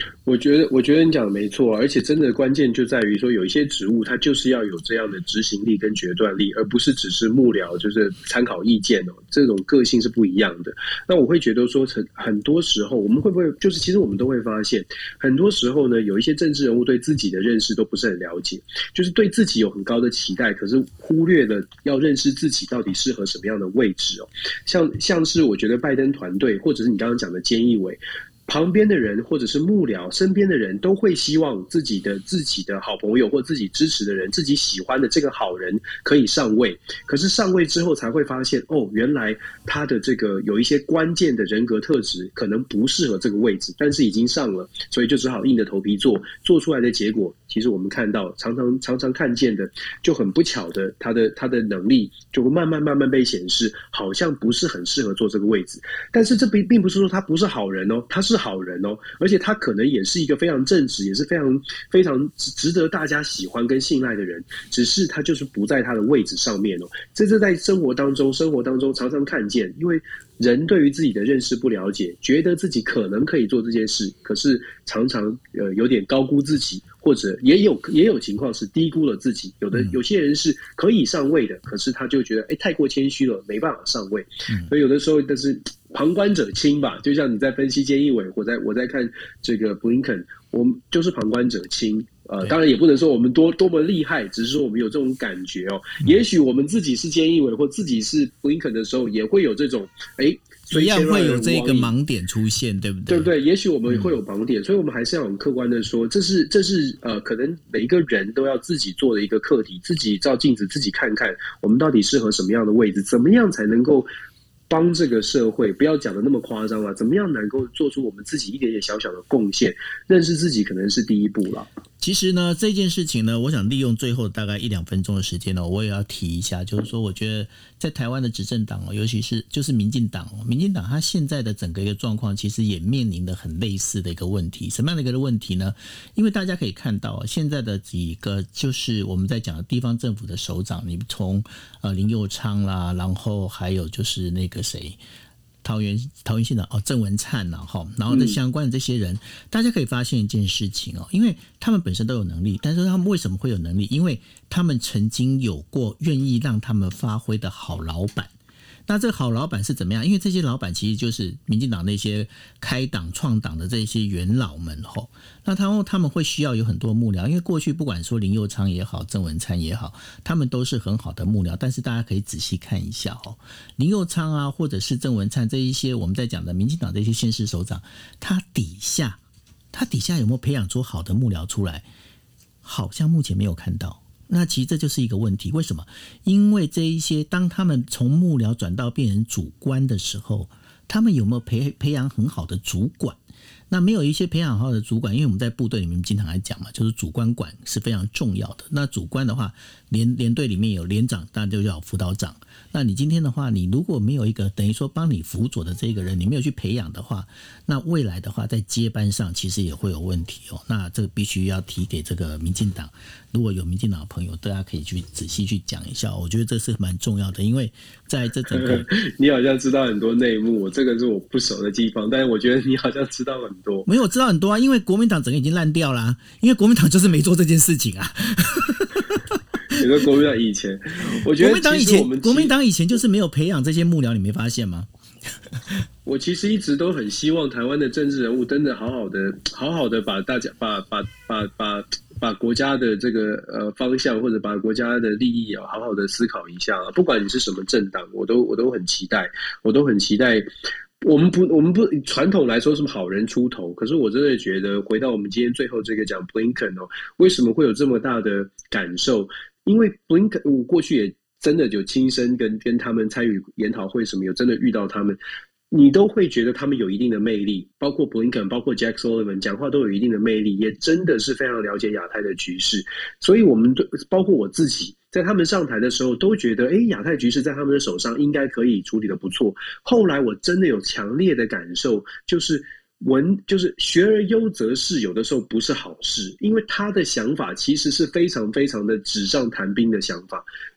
我觉得，我觉得你讲的没错，而且真的关键就在于说，有一些职务它就是要有这样的执行力跟决断力，而不是只是幕僚，就是参考意见哦。这种个性是不一样的。那我会觉得说，很很多时候我们会不会就是，其实我们都会发现，很多时候呢，有一些政治人物对自己的认识都不是很了解，就是对自己有很高的期待，可是忽略了要认识自己到底适合什么样的位置哦。像像是我觉得拜登团队，或者是你刚刚讲的菅义伟。旁边的人或者是幕僚身边的人都会希望自己的自己的好朋友或自己支持的人自己喜欢的这个好人可以上位，可是上位之后才会发现哦，原来他的这个有一些关键的人格特质可能不适合这个位置，但是已经上了，所以就只好硬着头皮做，做出来的结果其实我们看到常常常常看见的就很不巧的，他的他的能力就会慢慢慢慢被显示好像不是很适合做这个位置，但是这并并不是说他不是好人哦，他是好人哦，而且他可能也是一个非常正直，也是非常非常值得大家喜欢跟信赖的人，只是他就是不在他的位置上面哦。这是在生活当中，生活当中常常看见，因为人对于自己的认识不了解，觉得自己可能可以做这件事，可是常常呃有点高估自己，或者也有也有情况是低估了自己。有的有些人是可以上位的，可是他就觉得哎太过谦虚了，没办法上位。所以有的时候但是旁观者清吧，就像你在分析菅义伟，我在我在看这个布林肯，我们就是旁观者清。呃，当然也不能说我们多多么厉害，只是说我们有这种感觉哦。也许我们自己是菅义伟或自己是布林肯的时候，也会有这种哎， 一样会有这个盲点出现，对不对？ 对不对？也许我们会有盲点，嗯、所以我们还是要很客观的说，这是这是呃，可能每一个人都要自己做的一个课题，自己照镜子，自己看看我们到底适合什么样的位置，怎么样才能够帮这个社会，不要讲的那么夸张了，怎么样能够做出我们自己一点点小小的贡献？认识自己可能是第一步了。 其实呢，这件事情呢，我想利用最后大概一两分钟的时间呢，我也要提一下，就是说，我觉得在台湾的执政党哦，尤其是就是民进党哦，民进党它现在的整个一个状况，其实也面临的很类似的一个问题。什么样的一个问题呢？因为大家可以看到，现在的几个就是我们在讲的地方政府的首长，你从呃林右昌啦，然后还有就是那个谁。桃园桃园县长哦，郑文灿呐，哈，然后的相关的这些人，嗯、大家可以发现一件事情哦，因为他们本身都有能力，但是他们为什么会有能力？因为他们曾经有过愿意让他们发挥的好老板。那这个好老板是怎么样？因为这些老板其实就是民进党那些开党创党的这些元老们吼，那他们他们会需要有很多幕僚，因为过去不管说林右昌也好，郑文灿也好，他们都是很好的幕僚，但是大家可以仔细看一下哦，林右昌啊，或者是郑文灿这一些我们在讲的民进党这些县市首长，他底下他底下有没有培养出好的幕僚出来？好像目前没有看到。那其实这就是一个问题，为什么？因为这一些当他们从幕僚转到变成主官的时候，他们有没有培培养很好的主管？那没有一些培养好的主管，因为我们在部队里面经常来讲嘛，就是主官管是非常重要的。那主官的话，连连队里面有连长，当然就叫辅导长。那你今天的话，你如果没有一个等于说帮你辅佐的这个人，你没有去培养的话，那未来的话在接班上其实也会有问题哦。那这个必须要提给这个民进党，如果有民进党的朋友，大家可以去仔细去讲一下。我觉得这是蛮重要的，因为在这整个你好像知道很多内幕，我这个是我不熟的地方，但是我觉得你好像知道很多。 没有知道很多啊，因为国民党整个已经烂掉啦、啊，因为国民党就是没做这件事情啊。 你说国民党以前，我觉得国民党以前，国民党以前就是没有培养这些幕僚，你没发现吗？ 我其实一直都很希望台湾的政治人物真的好好的、好好的把大家、把把把把把国家的这个呃方向，或者把国家的利益啊，好好的思考一下。不管你是什么政党，我都我都很期待，我都很期待。我们不，我们不传统来说什么好人出头，可是我真的觉得，回到我们今天最后这个讲 Blinken 哦，为什么会有这么大的感受？因为 Blinken 我过去也真的有亲身跟跟他们参与研讨会什么，有真的遇到他们，你都会觉得他们有一定的魅力，包括 Blinken 包括 Jack Sullivan 讲话都有一定的魅力，也真的是非常了解亚太的局势，所以我们包括我自己在他们上台的时候都觉得，哎，亚太局势在他们的手上应该可以处理得不错。后来我真的有强烈的感受，就是文就是学而优则仕，有的时候不是好事，因为他的想法其实是非常非常的纸上谈兵的想法。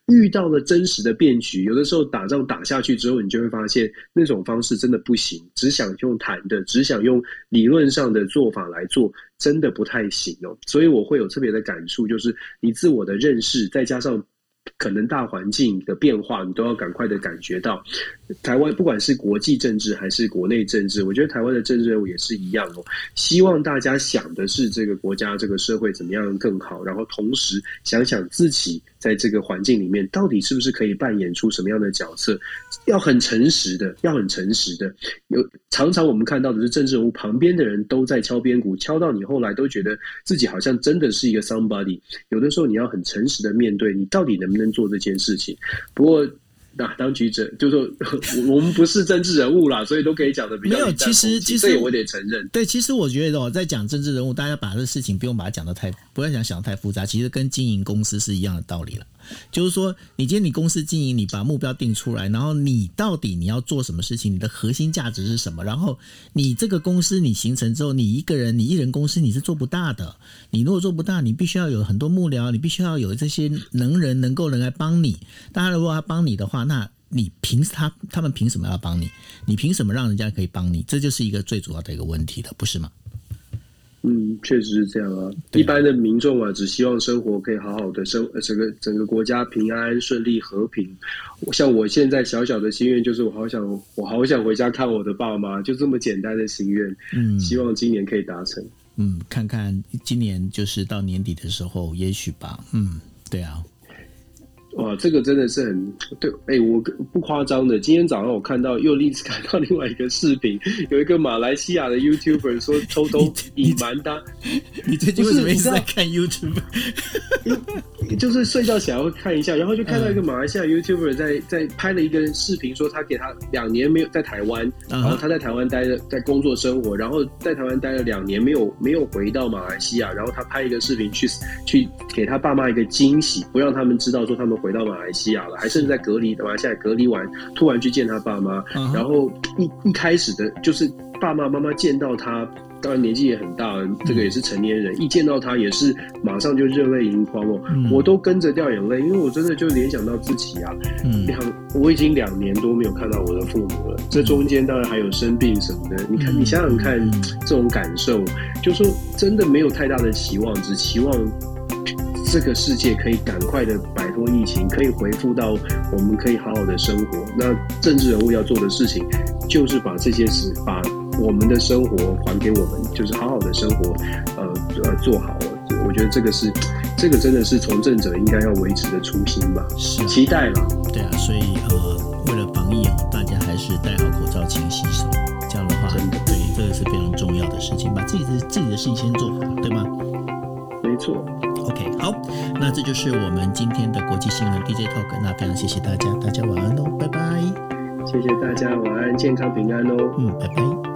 遇到了真实的变局，有的时候打仗打下去之后，你就会发现那种方式真的不行，只想用谈的，只想用理论上的做法来做，真的不太行哦。所以我会有特别的感触，就是你自我的认识，再加上可能大环境的变化，你都要赶快的感觉到。台湾不管是国际政治还是国内政治，我觉得台湾的政治任务也是一样哦。希望大家想的是这个国家、这个社会怎么样更好，然后同时想想自己在这个环境里面到底是不是可以扮演出什么样的角色，要很诚实的，要很诚实的。有常常我们看到的是政治人物旁边的人都在敲边鼓，敲到你后来都觉得自己好像真的是一个 somebody。有的时候你要很诚实的面对，你到底能不能做这件事情。不过。那、啊、当局者就说我们不是政治人物啦，所以都可以讲的比较没有。其实其实这我得承认， 对，其实我觉得哦，在讲政治人物，大家把这事情不用把它讲的太，不要想想太复杂，其实跟经营公司是一样的道理了。就是说，你今天你公司经营，你把目标定出来，然后你到底你要做什么事情，你的核心价值是什么？然后你这个公司你形成之后，你一个人你一人公司你是做不大的。你如果做不大，你必须要有很多幕僚，你必须要有这些能人能够人来帮你。当然，如果要帮你的话，那你凭他他们凭什么要帮你？你凭什么让人家可以帮你？这就是一个最主要的一个问题了，不是吗？ 嗯，确实是这样啊。一般的民众啊，只希望生活可以好好的生，整个整个国家平安顺利和平。像我现在小小的心愿就是，我好想我好想回家看我的爸妈，就这么简单的心愿。嗯，希望今年可以达成。 嗯，看看今年就是到年底的时候，也许吧。嗯，对啊。 哇，这个真的是很对，哎、欸，我不夸张的。今天早上我看到又另看到另外一个视频，有一个马来西亚的 YouTuber 说偷偷隐瞒他。 你最近为什么一直在看 YouTube？ 就是睡觉前会看一下，然后就看到一个马来西亚 YouTuber 在在拍了一个视频，说他给他两年没有在台湾，然后他在台湾待了，在工作生活，然后在台湾待了两年，没有没有回到马来西亚，然后他拍一个视频去去给他爸妈一个惊喜，不让他们知道说他们回到马来西亚了，还甚至在隔离马来西亚隔离完，突然去见他爸妈，然后一一开始的就是爸爸妈妈见到他。当然年纪也很大了，这个也是成年人，一见到他也是马上就热泪盈眶哦、嗯，我都跟着掉眼泪，因为我真的就联想到自己啊，嗯、两我已经两年多没有看到我的父母了，这中间当然还有生病什么的，你看你想想看这种感受，就说真的没有太大的期望，只期望这个世界可以赶快的摆脱疫情，可以恢复到我们可以好好的生活。那政治人物要做的事情，就是把这些事把。我们的生活还给我们，就是好好的生活，呃呃做好。我觉得这个是，这个真的是从政者应该要维持的初心吧。是、啊，期待了。对啊，所以呃，为了防疫哦，大家还是戴好口罩、勤洗手。这样的话，真的对，这个是非常重要的事情，把自己的自己的事情先做好，对吗？没错。OK， 好，那这就是我们今天的国际新闻 D J Talk。那非常谢谢大家，大家晚安哦，拜拜。谢谢大家，晚安，健康平安哦。嗯，拜拜。